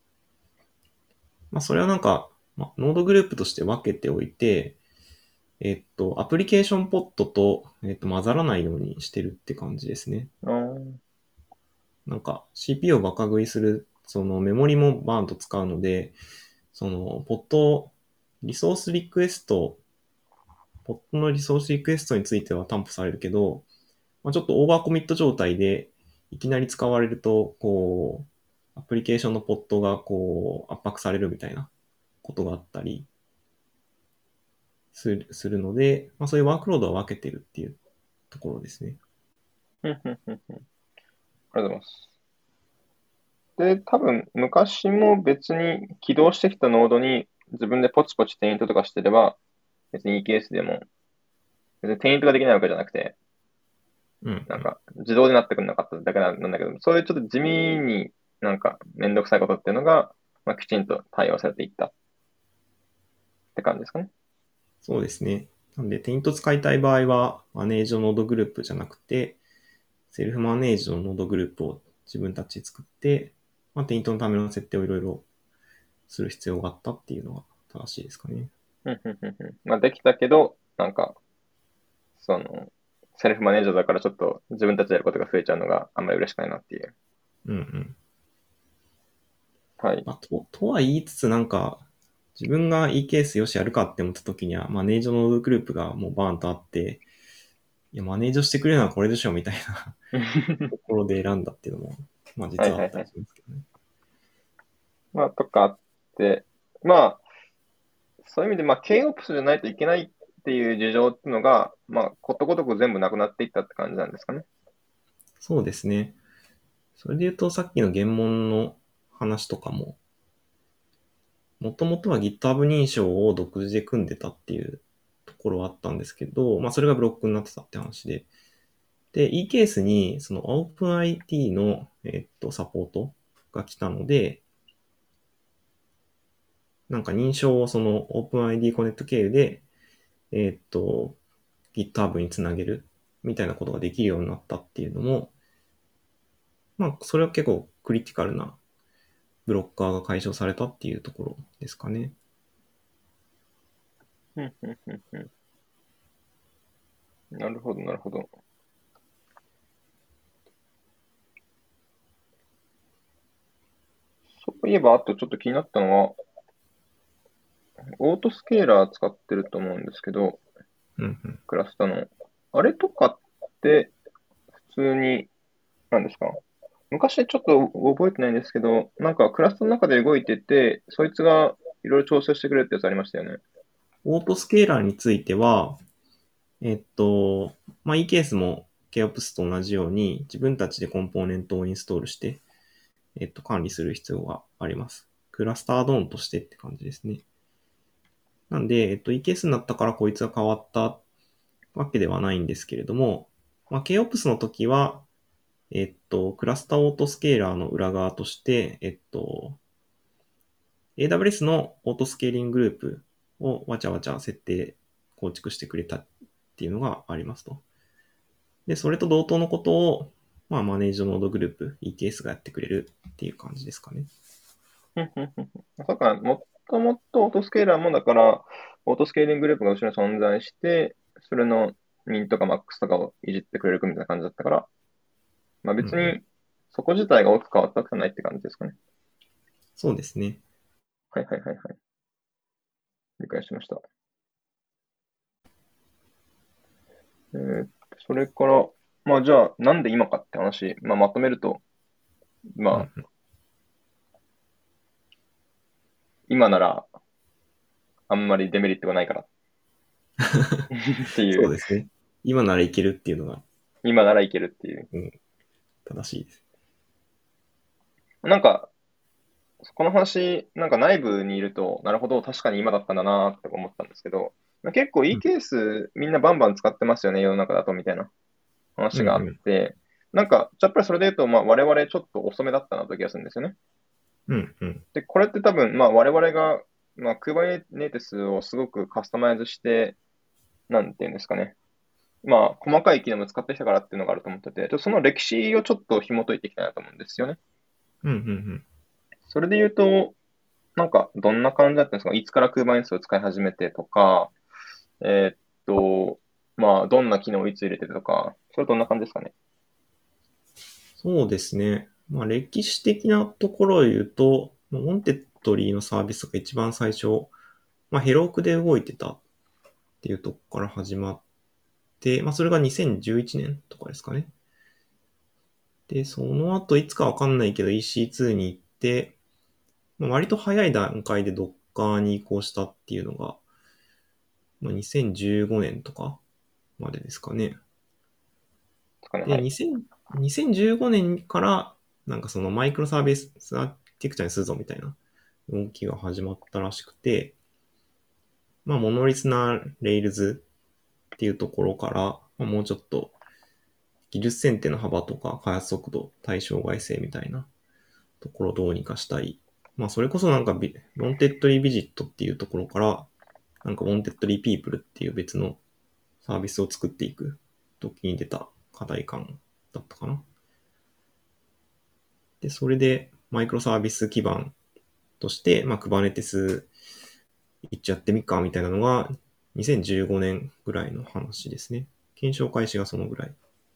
まあそれはなんか、まあ、ノードグループとして分けておいて、えっと、アプリケーションポットと、えっと、混ざらないようにしてるって感じですね。 うーん。 なんか シーピーユー をバカ食いする、そのメモリもバーンと使うので、そのポット、リソースリクエスト、ポットのリソースリクエストについては担保されるけど、まあ、ちょっとオーバーコミット状態でいきなり使われると、こう、アプリケーションのポットがこう圧迫されるみたいなことがあったりするするので、まあ、そういうワークロードは分けてるっていうところですね。 ふんふんふんふん。ありがとうございます。で、多分、昔も別に起動してきたノードに自分でポチポチテイントとかしてれば、別に イーケーエス でも、別にテイントができないわけじゃなくて、 うん、うん。 なんか自動でなってくれなかっただけなんだけど、そういうちょっと地味になんかめんどくさいことっていうのが、まあ、きちんと対応されていったって感じですかね。 そうですね。なんで、テイント使いたい場合は、マネージドノードグループじゃなくて、セルフマネージドノードグループを自分たちで作って、まあ、テイントのための設定をいろいろする必要があったっていうのが正しいですかね。 うんうんうんうん。まあ、できたけど、なんか、その、セルフマネージャーだからちょっと自分たちでやることが増えちゃうのがあんまり嬉しくないなっていう。 うんうん。 はい。 まあ、と、とは言いつつ、なんか、自分が イーケーエス よしやるかって思った時には、マネージドノードグループがもうバーンとあって、いや、マネージをしてくれるのはこれでしょみたいなところで選んだっていうのも、まあ実はあったりはいはいはい。 しますけどね。 まあ、とかあって、まあ、そういう意味で、まあ、ケーオプスじゃないといけないっていう事情っていうのが、まあ、ことごとく全部なくなっていったって感じなんですかね。 そうですね。それで言うと、さっきの原文の話とかも、もともとは GitHub 認証を独自で組んでたっていうところはあったんですけど、まあそれがブロックになってたって話で。で、イーケーエス にその OpenID の、えっと、サポートが来たので、なんか認証をその OpenID コネクト経由で、えっと、GitHub につなげるみたいなことができるようになったっていうのも、まあそれは結構クリティカルなブロッカーが解消されたっていうところですかね。 うんうんうんうん。なるほど、なるほど。そういえば、あとちょっと気になったのは、オートスケーラー使ってると思うんですけど、 うんうん。 クラスタの。あれとかって普通に、何ですか？昔ちょっと覚えてないんですけど、なんかクラスの中で動いてて、そいつがいろいろ調整してくれるってやつありましたよね。 オートスケーラーについては、えっと、まあ、イーケーエス も ケーオプス と同じように自分たちでコンポーネントをインストールして、えっと、管理する必要があります。クラスタードーンとしてって感じですね。なんで、えっと、イーケーエス になったからこいつが変わったわけではないんですけれども、まあ、ケーオプス の時は、えっと、クラスターオートスケーラーの裏側として、えっと、エーダブリューエス のオートスケーリンググループをわちゃわちゃ設定、構築してくれたっていうのがありますと。で、それと同等のことを、まあ、マネージドノードグループ、イーケーエス がやってくれるっていう感じですかね。 ふんふんふんふん。そうか、もともとオートスケーラーもだから、オートスケーリンググループが後ろに存在して、それのミンとかマックスとかをいじってくれるみたいな感じだったから、まあうんうん。 別にそこ自体が大きく変わったわけじゃないって感じですかね。 そうですね。 はいはいはいはい。理解しました。えーそれから、まあじゃあなんで今かって話、まあまとめると、まあうんうん。 今ならあんまりデメリットがないからっていう、 そうですね。今ならいけるっていうのが、 今ならいけるっていう。 うん、正しいです。 なんか、この話、なんか内部にいると、なるほど、確かに今だったんだなって思ったんですけど、結構うん。 イーケーエス みんなバンバン使ってますよね、世の中だとみたいな話があっうんうん。 て、なんか、やっぱりそれで言うと、まあ我々ちょっと遅めだったなという気がするんですよね。 うんうん。 で、これって多分、まあ我々が、まあ Kubernetes をすごくカスタマイズして、なんていうんですかね。まあ細かい機能も使ってきたからっていうのがあると思ってて、ちょっとその歴史をちょっと紐解いていきたいなと思うんですよね。 うんうんうん。 それで言うと、なんか、どんな感じだったんですか？いつから Kubernetes を使い始めてとか、えーっと、まあ、どんな機能をいつ入れてとか、それどんな感じですかね。 そうですね。まあ、歴史的なところを言うと、まあモンテッドリーのサービスが一番最初、まあ、ヘロークで動いてたっていうとこから始まって、まあ、それがにせんじゅういちねんとかですかね。で、その後いつかわかんないけど イーシーツー に行って、まあ、割と早い段階で Docker に移行したっていうのが、まあ、にせんじゅうごねんとかまでですかね。 ですかね。はで、 い。 にせん、にせんじゅうごねんから、なんかそのマイクロサービスアーキテクチャにするぞみたいな動きが始まったらしくて、まあ、モノリスな Rails っていうところから、まあ、もうちょっと技術選定の幅とか開発速度、対象外性みたいなところをどうにかしたい。まあそれこそなんかビ、ウォンテッドリービジットっていうところから、なんかウォンテッドリーピープルっていう別のサービスを作っていく時に出た課題感だったかな。で、それでマイクロサービス基盤として、まあ Kubernetes 一応やってみっかみたいなのがにせんじゅうごねんぐらいの話ですね。検証開始がそのぐらい。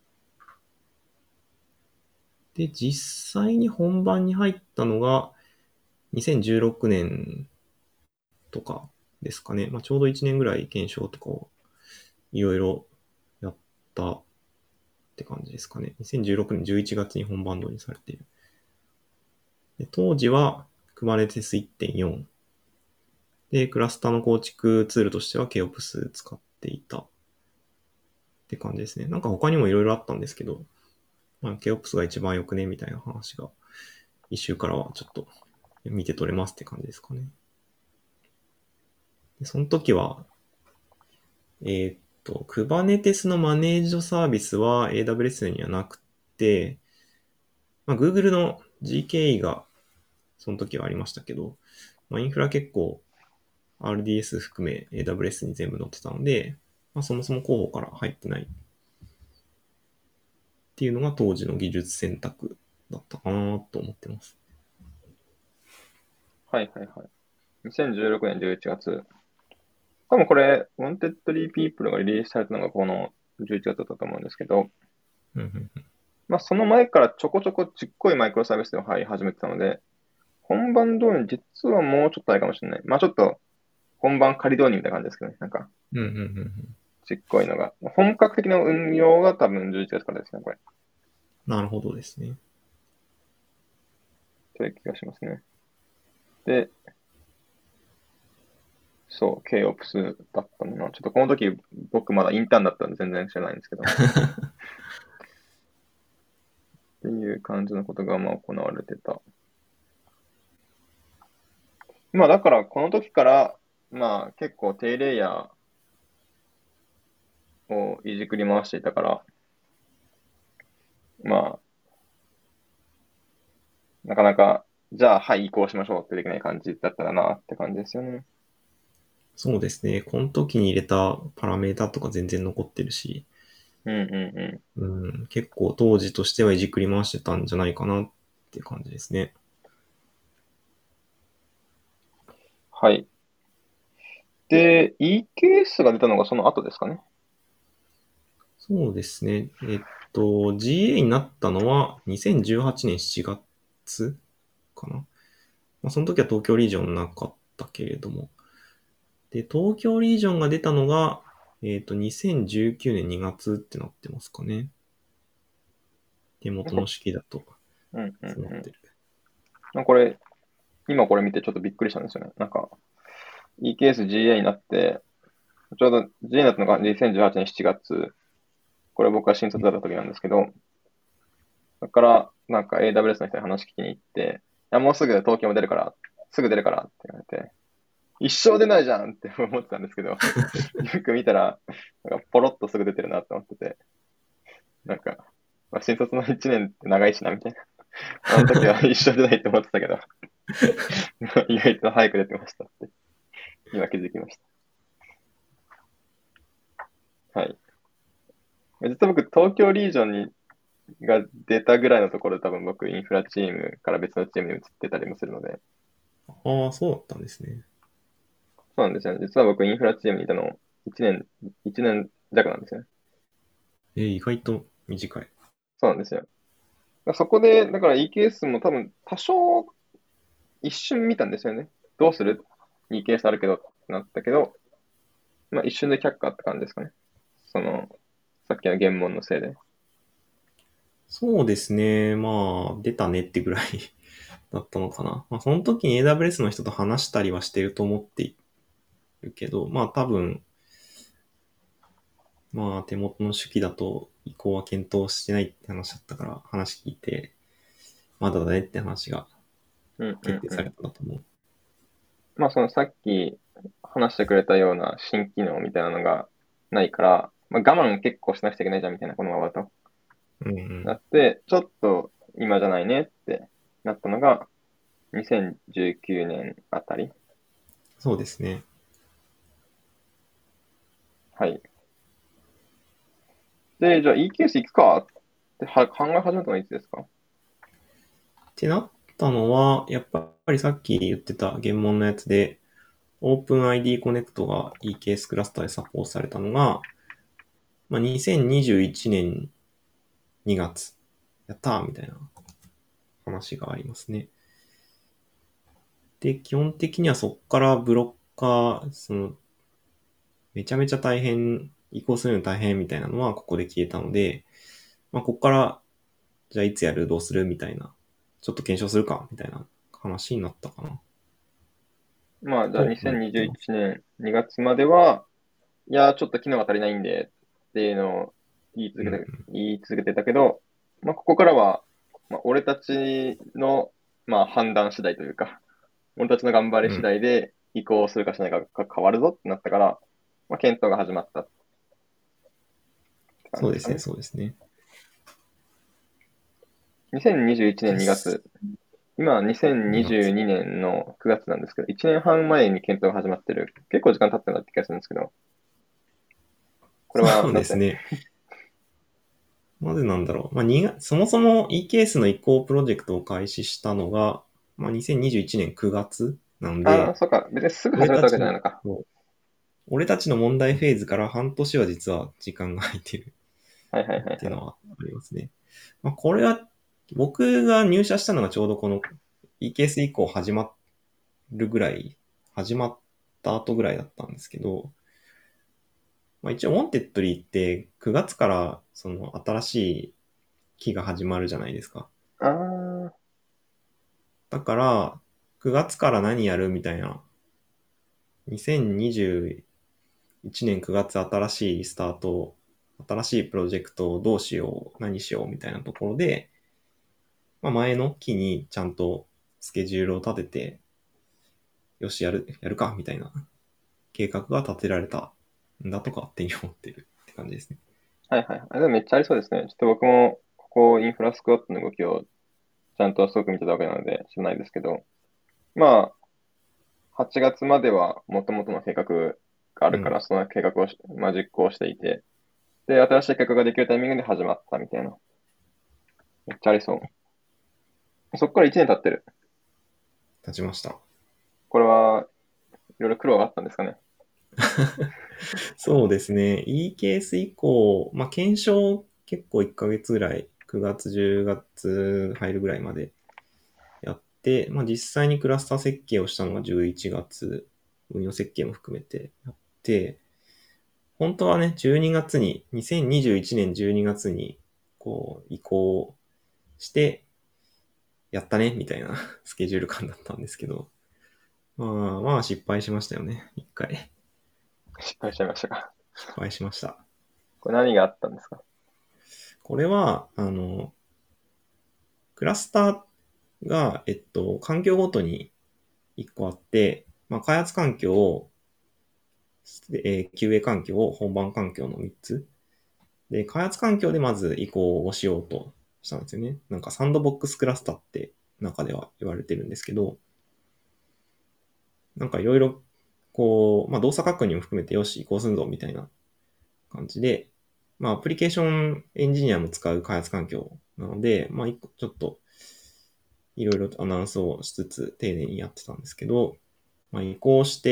で、実際に本番に入ったのがにせんじゅうろくねんとかですかね。まあ、ちょうどいちねんぐらい検証とかをいろいろやったって感じですかね。にせんじゅうろくねんじゅういちがつに本番導入されている。で当時は Kubernetes いってんよん。で、クラスターの構築ツールとしては ケーオプス 使っていたって感じですね。なんか他にもいろいろあったんですけど、まあ、ケーオプス が一番よくねみたいな話が一周からはちょっと見て取れますって感じですかね。でその時は、えーっと、Kubernetes のマネージドサービスは エーダブリューエス にはなくて、まあ、Google の ジーケーイー がその時はありましたけど、まあ、インフラ結構 アールディーエス 含め エーダブリューエス に全部載ってたので、まあ、そもそも候補から入ってないっていうのが当時の技術選択だったかなと思ってます。 はいはいはい。にせんじゅうろくねんじゅういちがつ。多分これ、Wanted People がリリースされたのがこのじゅういちがつだったと思うんですけど、 うんうんうんまあその前からちょこちょこちっこいマイクロサービスで入り始めてたので、本番導入実はもうちょっとあれかもしれない。まあちょっと本番仮導入みたいな感じですけどね。なんかうんうんうんうんちっこいのが。本格的な運用が多分じゅういちがつからですね、これ。 なるほどですね。 という気がしますね。で、そう、ケーオプス だったのな。ちょっとこの時僕まだインターンだったんで全然知らないんですけど。っていう感じのことがまあ行われてた。まあだからこの時からまあ結構低レイヤーをいじくり回していたから、まあなかなかじゃあはい移行しましょうってできない感じだったらなって感じですよね。 そうですね。この時に入れたパラメータとか全然残ってるし、 うんうんうん。 うん、結構当時としてはいじくり回してたんじゃないかなっていう感じですね。 はい。で、イーケーエス が出たのがその後ですかね。 そうですね。えっと、ジーエー になったのはにせんじゅうはちねんしちがつかな。まあ、その時は東京リージョンなかったけれども。で、東京リージョンが出たのが、えっと、にせんじゅうきゅうねんにがつってなってますかね。手元の式だと、 うんうんうん。 そうなってる。 なんかこれ、今これ見てちょっとびっくりしたんですよね。なんか、イーケーエスジーエー になって、ちょうど ジーエー になったのがにせんじゅうはちねんしちがつ。これ僕が新卒だった時なんですけど、だから、なんか エーダブリューエス の人に話聞きに行って、いや、もうすぐ東京も出るから、すぐ出るからって言われて、一生出ないじゃんって思ってたんですけど、よく見たら、なんかポロッとすぐ出てるなって思ってて、なんか、まあ、新卒のいちねんって長いしな、みたいな。あの時は一生出ないって思ってたけど、意外と早く出てましたって、今気づきました。はい。実は僕、東京リージョンにが出たぐらいのところで多分僕、インフラチームから別のチームに移ってたりもするので、 ああ、そうだったんですね。 そうなんですよね。実は僕、インフラチームにいたのいちねん、いちねん弱なんですよね。 えー意外と短い。 そうなんですよ。そこで、だから イーケーエス も多分多少一瞬見たんですよね。どうする？ イーケーエス あるけどってなったけど、まあ一瞬で却下って感じですかね。その、さっきの原文のせいで。 そうですね。まあ、出たねってぐらいだったのかな。まあ、その時に エーダブリューエス の人と話したりはしてると思っているけど、まあ多分、まあ手元の手記だと移行は検討してないって話だったから、話聞いて、まだだねって話がうんう決定されんうん。 たんだと思う。 まあそのさっき話してくれたような新機能みたいなのがないから、まあ我慢結構しなくちゃいけないじゃんみたいな、このままだと。 うんうん。 なって、ちょっと今じゃないねってなったのがにせんじゅうきゅうねんあたり。 そうですね。 はい。で、じゃあ イーケーエス 行くかっては考え始めたのはいつですか？ ってなったのは、やっぱりさっき言ってた原問のやつで、OpenID Connect が イーケーエス クラスターでサポートされたのが、まあ、にせんにじゅういちねんにがつ。やったーみたいな話がありますね。で、基本的にはそこからブロッカー、その、めちゃめちゃ大変、移行するの大変みたいなのはここで消えたので、まあ、ここから、じゃあいつやるどうするみたいな、ちょっと検証するかみたいな話になったかな、 まあ、じゃあと思っ 2021 てます。 年にがつまでは、いや、ちょっと機能が足りないんでっていうのを言い続けて、 うんうん。 言い続けてたけど、まあ、ここからは、まあ、俺たちの、まあ、判断次第というか、俺たちの頑張り次うん。 第で移行するかしないかが変わるぞってなったから、まあ、検討が始まったって感そうですね、 じですかね。 そうですね。 にせんにじゅういちねん2 です。 月、今は2022 にがつ。 年のくがつなんですけど、いちねんはん前に検討が始まってる。結構時間経ってるなって気がするんですけど、これはそうなぜ？ ですね。なぜなんだろう。まあ、にがそもそも イーケーエス の移行プロジェクトを開始したのが、まあ、にせんにじゅういちねんくがつなんああ、 で、 そっか。別にすぐ始めたわけ俺たちの、 じゃないのか。 俺たちの問題フェーズから半年は実は時間が空いてるはいはいはいはい。 っていうのはありますね。まあ、これは、僕が入社したのがちょうどこの イーケーエス 以降始まるぐらい、始まった後ぐらいだったんですけど、まあ、一応、ウォンテッドリーってくがつからその新しい期が始まるじゃないですか。 ああ、 だから、くがつから何やるみたいな、にせんにじゅういちねんくがつ新しいスタート、新しいプロジェクトをどうしよう、何しようみたいなところで、まあ、前の期にちゃんとスケジュールを立てて、よし、やる、やるか、みたいな計画が立てられたんだとかって思ってるって感じですね。 はいはい。あ、でもめっちゃありそうですね。ちょっと僕も、ここインフラスクワットの動きをちゃんとすごく見てたわけなので知らないですけど、まあ、はちがつまでは元々の計画があうん。 るから、その計画をし、まあ、実行していて、で、新しい計画ができるタイミングで始まったみたいな。めっちゃありそう。そこからいちねん経ってる。 立ちました。 これはいろいろ苦労があったんですかね。 そうですね。イーケーエス 以降、まあ、検証結構いっかげつぐらい、くがつ、じゅうがつ入るぐらいまでやって、まあ、実際にクラスター設計をしたのがじゅういちがつ、運用設計も含めてやって、本当はね、じゅうにがつに、にせんにじゅういちねんじゅうにがつに、こう、移行して、やったね、みたいなスケジュール感だったんですけど、まあまあ失敗しましたよね、一回。 失敗しちゃいましたか。 失敗しました。 これ何があったんですか？ これは、あの、クラスターが、えっと、環境ごとにいっこあって、まあ、開発環境を、えー キューエー 環境を本番環境のみっつ。で、開発環境でまず移行をしようとしたんですよね。なんかサンドボックスクラスターって中では言われてるんですけど、なんかいろいろ、こう、まあ、動作確認も含めてよし、移行するぞみたいな感じで、まあ、アプリケーションエンジニアも使う開発環境なので、まあ、一個ちょっといろいろとアナウンスをしつつ丁寧にやってたんですけど、まあ、移行して、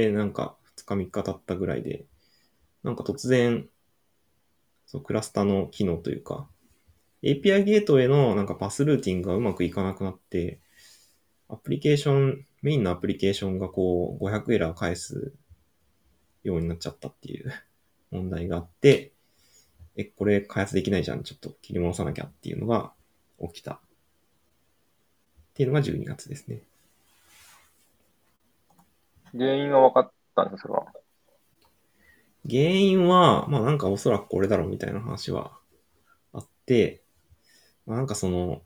なんかふつかみっか経ったぐらいで、なんか突然、そうクラスターの機能というか、エーピーアイ ゲートへのなんかパスルーティングがうまくいかなくなって、アプリケーション、メインのアプリケーションがこうごひゃくエラー返すようになっちゃったっていう問題があって、え、これ開発できないじゃん、ちょっと切り戻さなきゃっていうのが起きたっていうのがじゅうにがつですね。 原因は分かったんですか、それは。 原因は、まあなんかおそらくこれだろうみたいな話はあって、まあ、なんかその、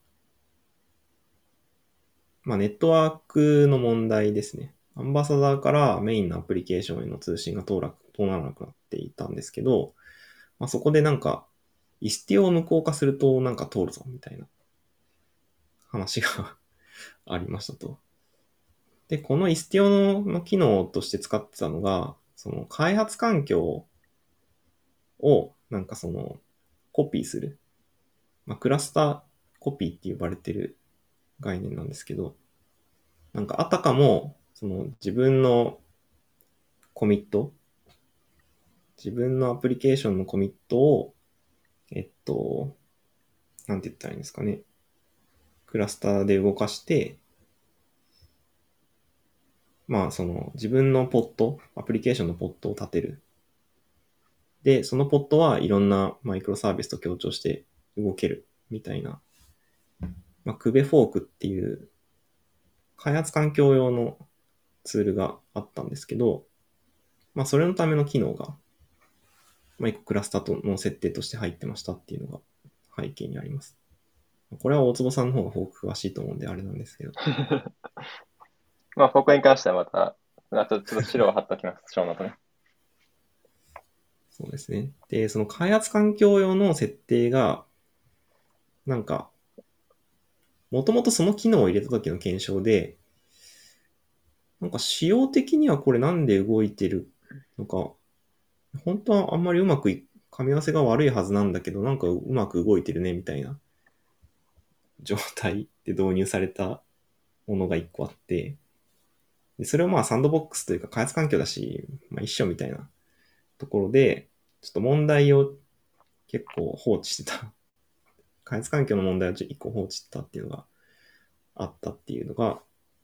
まあネットワークの問題ですね。アンバサダーからメインのアプリケーションへの通信が通ら通らなくなっていたんですけど、まあ、そこでなんかイスティオを無効化するとなんか通るぞみたいな話がありましたと。で、このイスティオの機能として使ってたのが、その開発環境をなんかそのコピーする。まあ、クラスターコピーって呼ばれてる概念なんですけど、なんかあたかもその自分のコミット、自分のアプリケーションのコミットを、えっと、なんて言ったらいいんですかね。クラスターで動かして、まあその自分のポット、アプリケーションのポットを立てる。で、そのポットはいろんなマイクロサービスと協調して動けるみたいな、まあ、クベフォークっていう開発環境用のツールがあったんですけど、まあそれのための機能が、まあ一個クラスターの設定として入ってましたっていうのが背景にあります。これは大坪さんの方が詳しいと思うんであれなんですけど。 まあ、ここに関してはまた、あとちょっと資料を貼っておきます、ショーノートね。 そうですね。で、その開発環境用の設定が、なんか、もともとその機能を入れた時の検証で、なんか仕様的にはこれなんで動いてるのか、本当はあんまりうまくい、噛み合わせが悪いはずなんだけど、なんかうまく動いてるねみたいな状態で導入されたものが一個あって、でそれをまあサンドボックスというか開発環境だし、まあ一緒みたいなところで、ちょっと問題を結構放置してた。開発環境の問題を一個放置してたっていうのがあったっていうのが、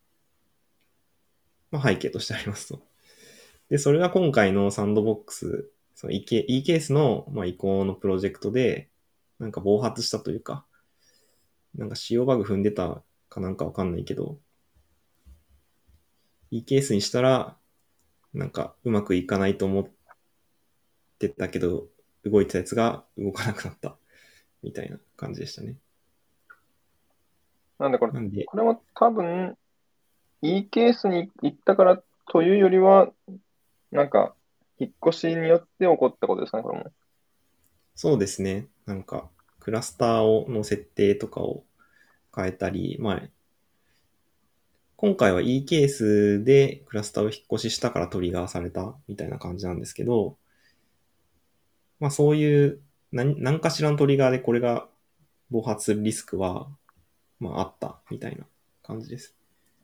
まあ背景としてありますと。で、それが今回のサンドボックス、その E ケースの、まあ、移行のプロジェクトで、なんか暴発したというか、なんか仕様バグ踏んでたかなんかわかんないけど、E ケースにしたら、なんかうまくいかないと思ってたけど、動いてたやつが動かなくなったみたいな感じでしたね。 なんでこれ、 なんで、 これも多分、E ケースに行ったからというよりは、なんか、引っ越しによって起こったことですかね、これも。 そうですね。なんか、クラスターをの設定とかを変えたり、まあ、今回は E ケースでクラスターを引っ越ししたからトリガーされたみたいな感じなんですけど、まあそういう何何かしらのトリガーでこれが暴発するリスクは、まああったみたいな感じです。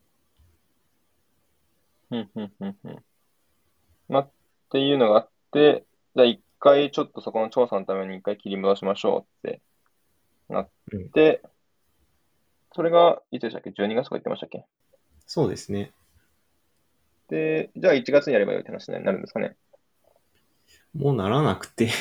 うん、うん、うん、うん。まあ、っていうのがあって、じゃあ一回ちょっとそこの調査のために一回切り戻しましょうってなっうん。 て、それが、いつでしたっけ？ じゅうに 月とか言ってましたっけ？ そうですね。 で、じゃあいちがつにやればいいって話になるんですかね。 もうならなくて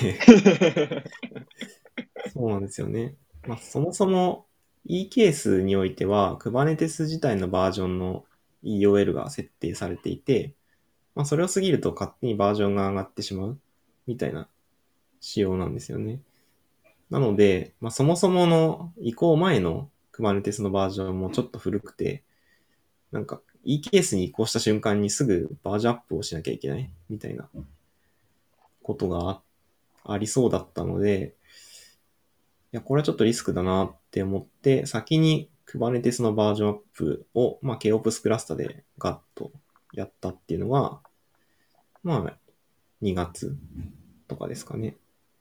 そうなんですよね。まあそもそも E ケースにおいては Kubernetes 自体のバージョンの イーオーエル が設定されていて、まあそれを過ぎると勝手にバージョンが上がってしまうみたいな仕様なんですよね。なので、まあ、そもそもの移行前の Kubernetes のバージョンもちょっと古くて、なんか E ケースに移行した瞬間にすぐバージョンアップをしなきゃいけないみたいなことがありそうだったので、いや、これはちょっとリスクだなって思って、先に Kubernetes のバージョンアップを、まあ、ケーオプス クラスタでガッとやったっていうのが、まあ、にがつとかですかね。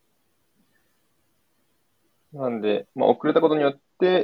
なんで、まあ、遅れたことによって、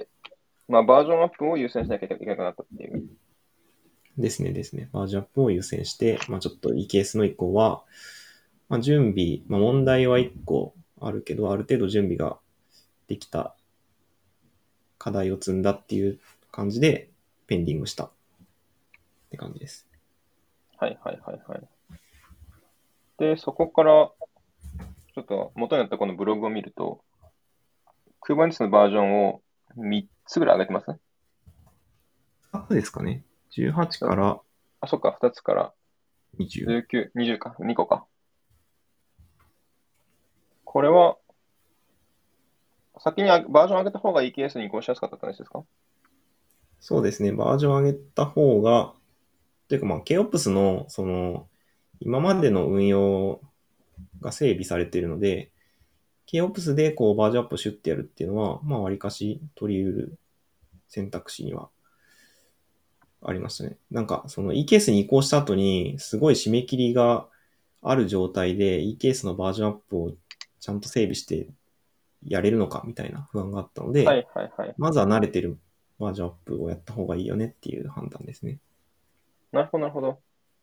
まあ、バージョンアップを優先しなきゃいけなくなったっていう。 ですねですね。バージョンアップを優先して、まあちょっと E ケースの移行は、まあ準備、まあ問題はいっこあるけど、ある程度準備ができた課題を積んだっていう感じで、ペンディングしたって感じです。 はいはいはいはい。で、そこから、ちょっと元になったこのブログを見ると、Kubernetes のバージョンをみっつぐらい上げてますね。 あ、そうですかね。じゅうはちそうからあ、そっか、ふたつからにじゅう。 じゅうきゅう、にじゅうか、にこか。これは、先にあバージョン上げた方が イーケーエス に移行しやすかったって話ですか？ そうですね。バージョン上げた方が、というかまあ ケーオプス の、その、今までの運用が整備されているので、 KOps でこうバージョンアップをシュッてやるっていうのは、まあ、割かし取り得る選択肢にはありましたね。なんか、その イーケーエス に移行した後に、すごい締め切りがある状態で イーケーエス のバージョンアップをちゃんと整備してやれるのかみたいな不安があったので、 はいはいはい。 まずは慣れてるバージョンアップをやった方がいいよねっていう判断ですね。 なるほどなるほど。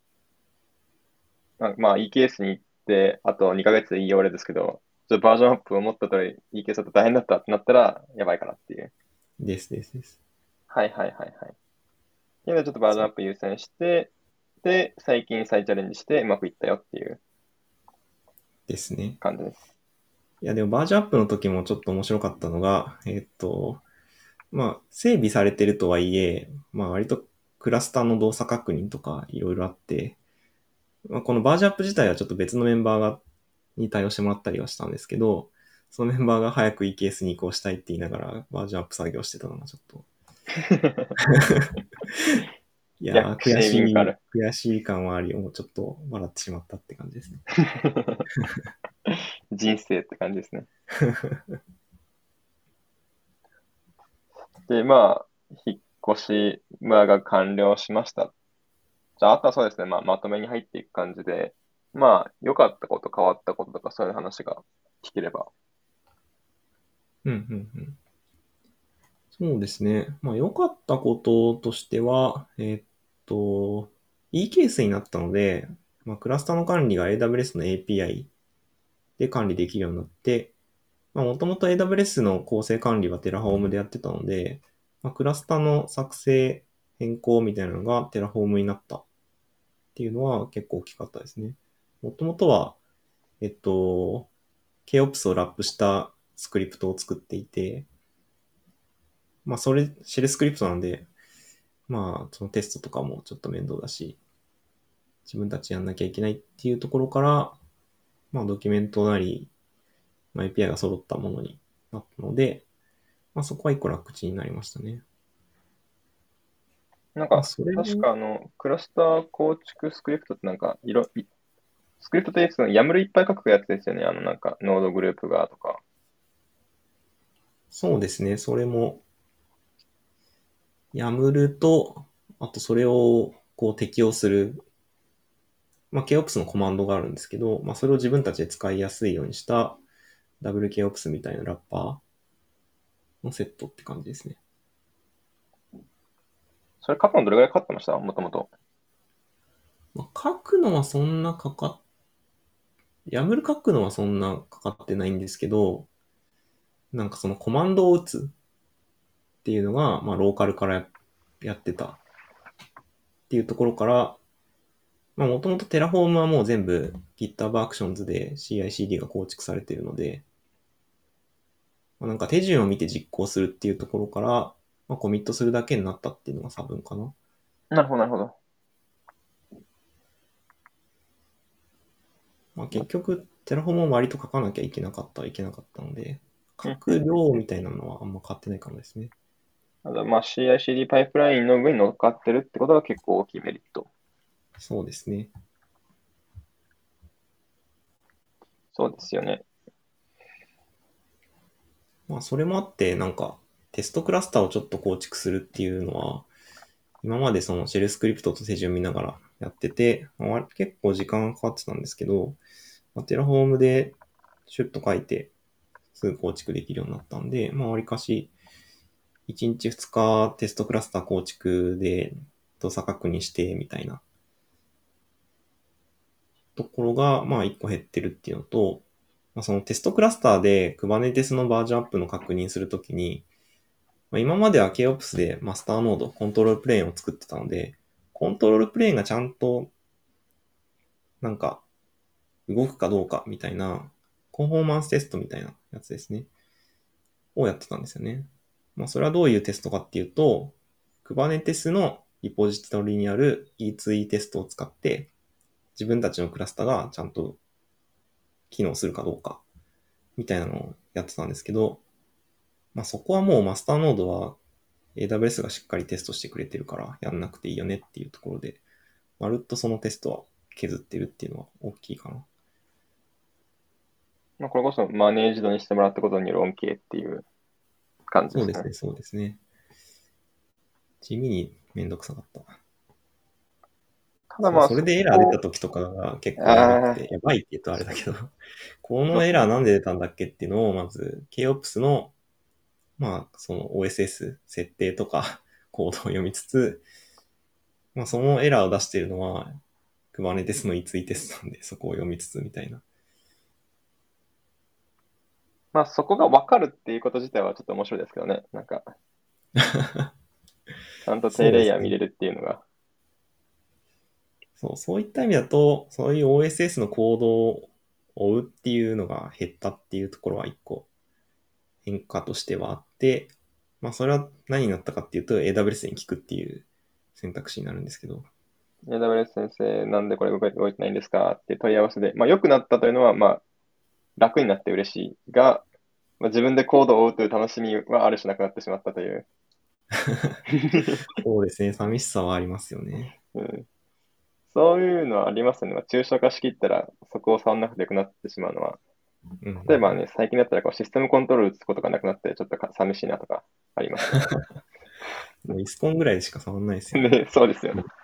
なんかまあ イーケーエス に行って、あとにかげつでいいよ俺ですけど、ちょっとバージョンアップを持った通り イーケーエス だと大変だったってなったら、やばいかなっていう。 ですですです。 はいはいはいはい。っていうのでちょっとバージョンアップ優先して、で、最近再チャレンジしてうまくいったよっていうですね。 感じです。 いや、でもバージョンアップの時もちょっと面白かったのが、えっと、まあ、整備されてるとはいえ、まあ、割とクラスターの動作確認とかいろいろあって、まあ、このバージョンアップ自体はちょっと別のメンバーがに対応してもらったりはしたんですけど、そのメンバーが早く イーケーエス に移行したいって言いながらバージョンアップ作業してたのがちょっと、いやー、 逆シ悔しい、 ェーミングある。 悔しい感はあり、もうちょっと笑ってしまったって感じですね。 人生って感じですね。で、まあ、引っ越し、まあ、が完了しました。じゃあ、あとはそうですね、まあ、まとめに入っていく感じで、まあ、良かったこと、変わったこととか、そういう話が聞ければ。 うんうんうん。そうですね。まあ、良かったこととしては、えーっと、イーケーエス になったので、まあ、クラスターの管理が エーダブリューエス の エーピーアイ で管理できるようになって、まあ、もともと エーダブリューエス の構成管理は Terraform でやってたので、まあ、クラスターの作成、変更みたいなのが Terraform になったっていうのは結構大きかったですね。もともとは、えっと、KOps をラップしたスクリプトを作っていて、まあ、それ、シェルスクリプトなんで、まあ、そのテストとかもちょっと面倒だし、自分たちやんなきゃいけないっていうところから、まあ、ドキュメントなり、まあ、エーピーアイ が揃ったものになったので、まあ、そこは一個楽ちになりましたね。まあ、 なんか、確それも、 かあの、クラスター構築スクリプトってなんか、いろ、いスクリプトってそのヤムルいっぱい書くやつですよね。あの、なんか、ノードグループがとか。 そうですね、それも、やむると、あとそれをこう適用する、まあ、KOps のコマンドがあるんですけど、まあ、それを自分たちで使いやすいようにした ダブリューケーオプス みたいなラッパーのセットって感じですね。 それ書くのどれぐらいかかってましたもともと。 まあ、書くのはそんなかかっ、やむる書くのはそんなかかってないんですけど、なんかそのコマンドを打つっていうのが、まあ、ローカルからややってたっていうところから、まあ、もともと Terraform はもう全部 GitHub Actions で シーアイシーディー が構築されているので、まあ、なんか手順を見て実行するっていうところから、まあ、コミットするだけになったっていうのが差分かな。 なるほど、なるほど。 まあ、結局、Terraform も割と書かなきゃいけなかったはいけなかったので、書うんうん。 く量みたいなのはあんま変わってないかもですね。 あとまあ シーアイシーディー パイプラインの上に乗っかってるってことが結構大きいメリット。 そうですね。 そうですよね。 まあ、それもあって、なんか、テストクラスターをちょっと構築するっていうのは、今までそのシェルスクリプトと手順見ながらやってて、まあ、結構時間がかかってたんですけど、まあ、テラフォームでシュッと書いてすぐ構築できるようになったんで、まあ、わりかしいちにちふつかテストクラスター構築で動作確認してみたいなところが、まあ、いっこ減ってるっていうのと、まあ、そのテストクラスターで Kubernetes のバージョンアップの確認するときに、まあ、今までは KOps でマスターノード、コントロールプレーンを作ってたので、コントロールプレーンがちゃんとなんか動くかどうかみたいな、コンフォーマンステストみたいなやつですね。をやってたんですよね。まあ、それはどういうテストかっていうと、Kubernetes のリポジトリにある イーツーイー テストを使って、自分たちのクラスターがちゃんと機能するかどうか、みたいなのをやってたんですけど、まあ、そこはもうマスターノードは エーダブリューエス がしっかりテストしてくれてるからやんなくていいよねっていうところで、まるっとそのテストは削ってるっていうのは大きいかな。 まあ、これこそマネージドにしてもらったことによる恩恵っていう感じですね。 そうですね、そうですね。地味にめんどくさかった。そう、 ただまあ、そそれでエラー出たこ、 時とかが結構やばくて、 ああ、 やばいって言うとあれだけど、このエラーそうですね。 なんで出たんだっけっていうのを、まず、ケーオプス の、まあ、その オーエスエス、設定とか、コードを読みつつ、まあ、そのエラーを出しているのは、Kubernetes のいついテストなんで、そこを読みつつみたいな。 まあ、そこが分かるっていうこと自体はちょっと面白いですけどね。なんか、ちゃんと低レイそうですね。 ヤー見れるっていうのが。 そう、そういった意味だと、そういう オーエスエス のコードを追うっていうのが減ったっていうところは一個変化としてはあって、まあそれは何になったかっていうと エーダブリューエス に聞くっていう選択肢になるんですけど。 エーダブリューエス 先生、なんでこれ動い動いてないんですかって問い合わせで、まあ、良くなったというのは、まあ、楽になって嬉しいが、まあ、自分でコードを追うという楽しみはある種なくなってしまったという。 そうですね、寂しさはありますよね。 うん、そういうのはありますよね。まあ、抽象化しきったら、そこを触んなくてよくなってしまうのは。 うんうんうん。 例えばね、最近だったらこうシステムコントロール打つことがなくなって、ちょっとか寂しいなとかありますね。 もうイスコンぐらいでしか触んないですよね。 で、そうですよね。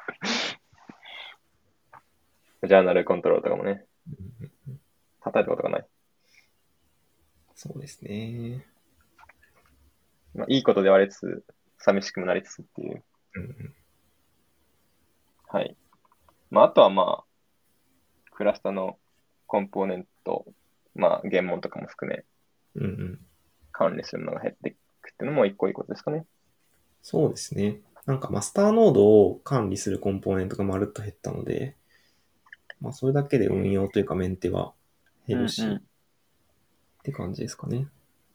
ジャーナルコントロールとかもね、 うんうん、 叩いたことがない。 そうですね。 まあ、いいことではありつつ、寂しくもなりつつっていう。 うんはい。まあ、あとはまあ、クラスタのコンポーネント、まあ、原文とかも含め、 うんうんうん。 管理するのが減っていくっていうのも一個いいことですかね。 そうですね。なんかマスターノードを管理するコンポーネントがまるっと減ったので、まあそれだけで運用というかメンテは減るし、 うんうん。 って感じですかね。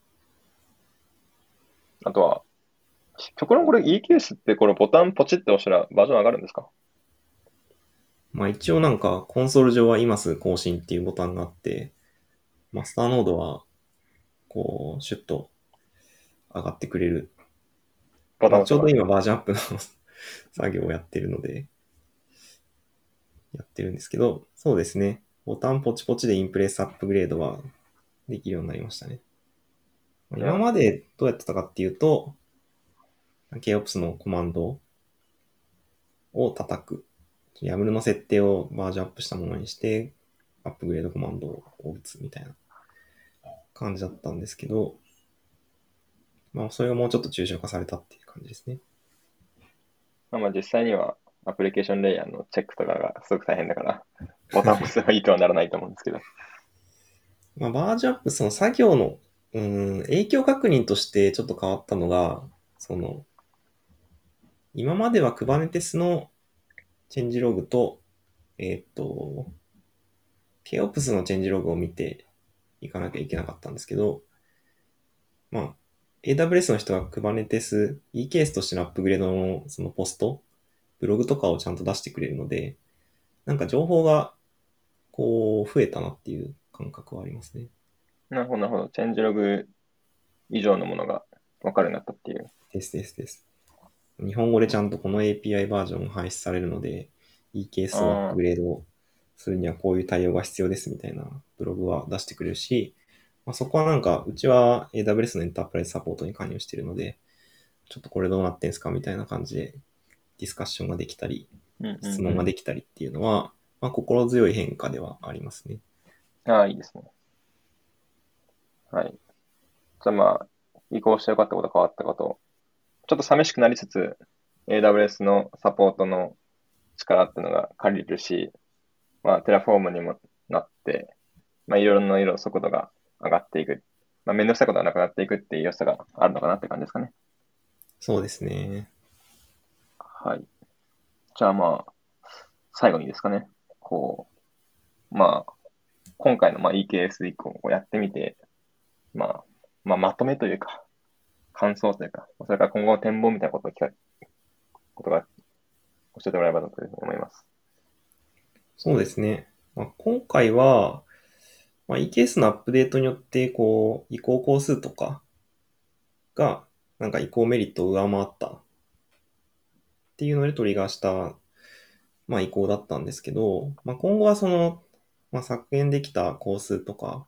あとは、極論これ イーケーエス ってこれボタンポチって押したらバージョン上がるんですか？ まあ一応なんかコンソール上は今すぐ更新っていうボタンがあって、マスターノードはこうシュッと上がってくれる。まあちょうどボタン押せば。 今バージョンアップの作業をやってるので、やってるんですけど、そうですね。ボタンポチポチでインプレスアップグレードはできるようになりましたね。 いや、 今までどうやってたかっていうと、ケーオプス のコマンドを叩く。ヤムルの設定をバージョンアップしたものにして、アップグレードコマンドを打つみたいな感じだったんですけど、まあ、それがもうちょっと抽象化されたっていう感じですね。 まあ、まあ実際にはアプリケーションレイヤーのチェックとかがすごく大変だから、ボタンを押せばいいとはならないと思うんですけど。 まあ、バージョンアップ、その作業の、うん、影響確認としてちょっと変わったのが、その、今までは Kubernetes のチェンジログと、えーっと、ケーオプス のチェンジログを見ていかなきゃいけなかったんですけど、まあ、エーダブリューエス の人は Kubernetes、イーケーエス としてのアップグレードのそのポスト、ブログとかをちゃんと出してくれるので、なんか情報がこう増えたなっていう感覚はありますね。 なるほど、なるほど。チェンジログ以上のものが分かるようになったっていう。 ですですです。日本語でちゃんとこの エーピーアイ バージョンが配出されるので、イーケーエス をアップあグレードするにはこういう対応が必要ですみたいなブログは出してくれるし、まあ、そこはなんか、うちは エーダブリューエス のエンタープライズサポートに加入しているので、ちょっとこれどうなってんすかみたいな感じでディスカッションができたり、 あ、うんうんう質問ができたりっていうのは、まあ、心強い変化ではありますね。 ん。ああ、いいですね。はい。じゃあまあ、移行してよかったこと変わったこと、ちょっと寂しくなりつつ、エーダブリューエス のサポートの力っていうのが借りれるし、まあ、テラフォームにもなって、まあ、いろいろな色、速度が上がっていく。まあ、めんどくさいことがなくなっていくっていう良さがあるのかなって感じですかね。 そうですね。 はい。じゃあまあ、最後にですかね。こう、まあ、今回のまあ イーケーエス 以降をやってみて、まあ、まあ、まとめというか、感想というか、それから今後の展望みたいなことを聞か、ことが教えてもらえればというふうに思います。 そうですね。まあ、今回は、まあ、イーケーエス のアップデートによって、こう、移行工数とかが、なんか移行メリットを上回ったっていうのでトリガーした、まあ、移行だったんですけど、まあ、今後はその、まあ、削減できた工数とか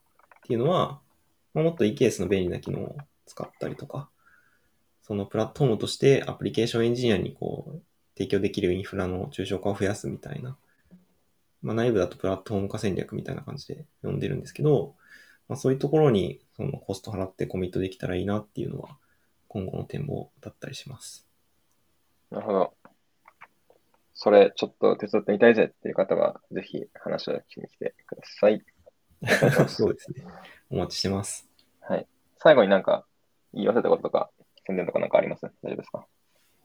っていうのは、まあ、もっと イーケーエス の便利な機能を使ったりとか、そのプラットフォームとしてアプリケーションエンジニアにこう提供できるインフラの抽象化を増やすみたいな、まあ、内部だとプラットフォーム化戦略みたいな感じで呼んでるんですけど、まあ、そういうところにそのコスト払ってコミットできたらいいなっていうのは今後の展望だったりします。 なるほど。それ、ちょっと手伝ってみたいぜっていう方は、ぜひ話を聞きに来てください。よろしくお願いします。 そうですね。お待ちしてます。 はい。最後になんか言い忘れたこととか、宣伝とかなんかあります？大丈夫ですか？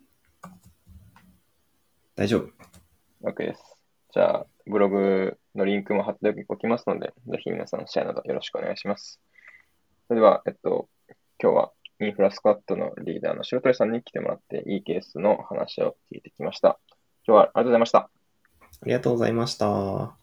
大丈夫。 OK です。じゃあ、ブログのリンクも貼っておきますので、ぜひ皆さんシェアなどよろしくお願いします。それでは、えっと、今日はインフラスクワットのリーダーの白鳥さんに来てもらって、イーケーエスの話を聞いてきました。今日はありがとうございました。 ありがとうございました。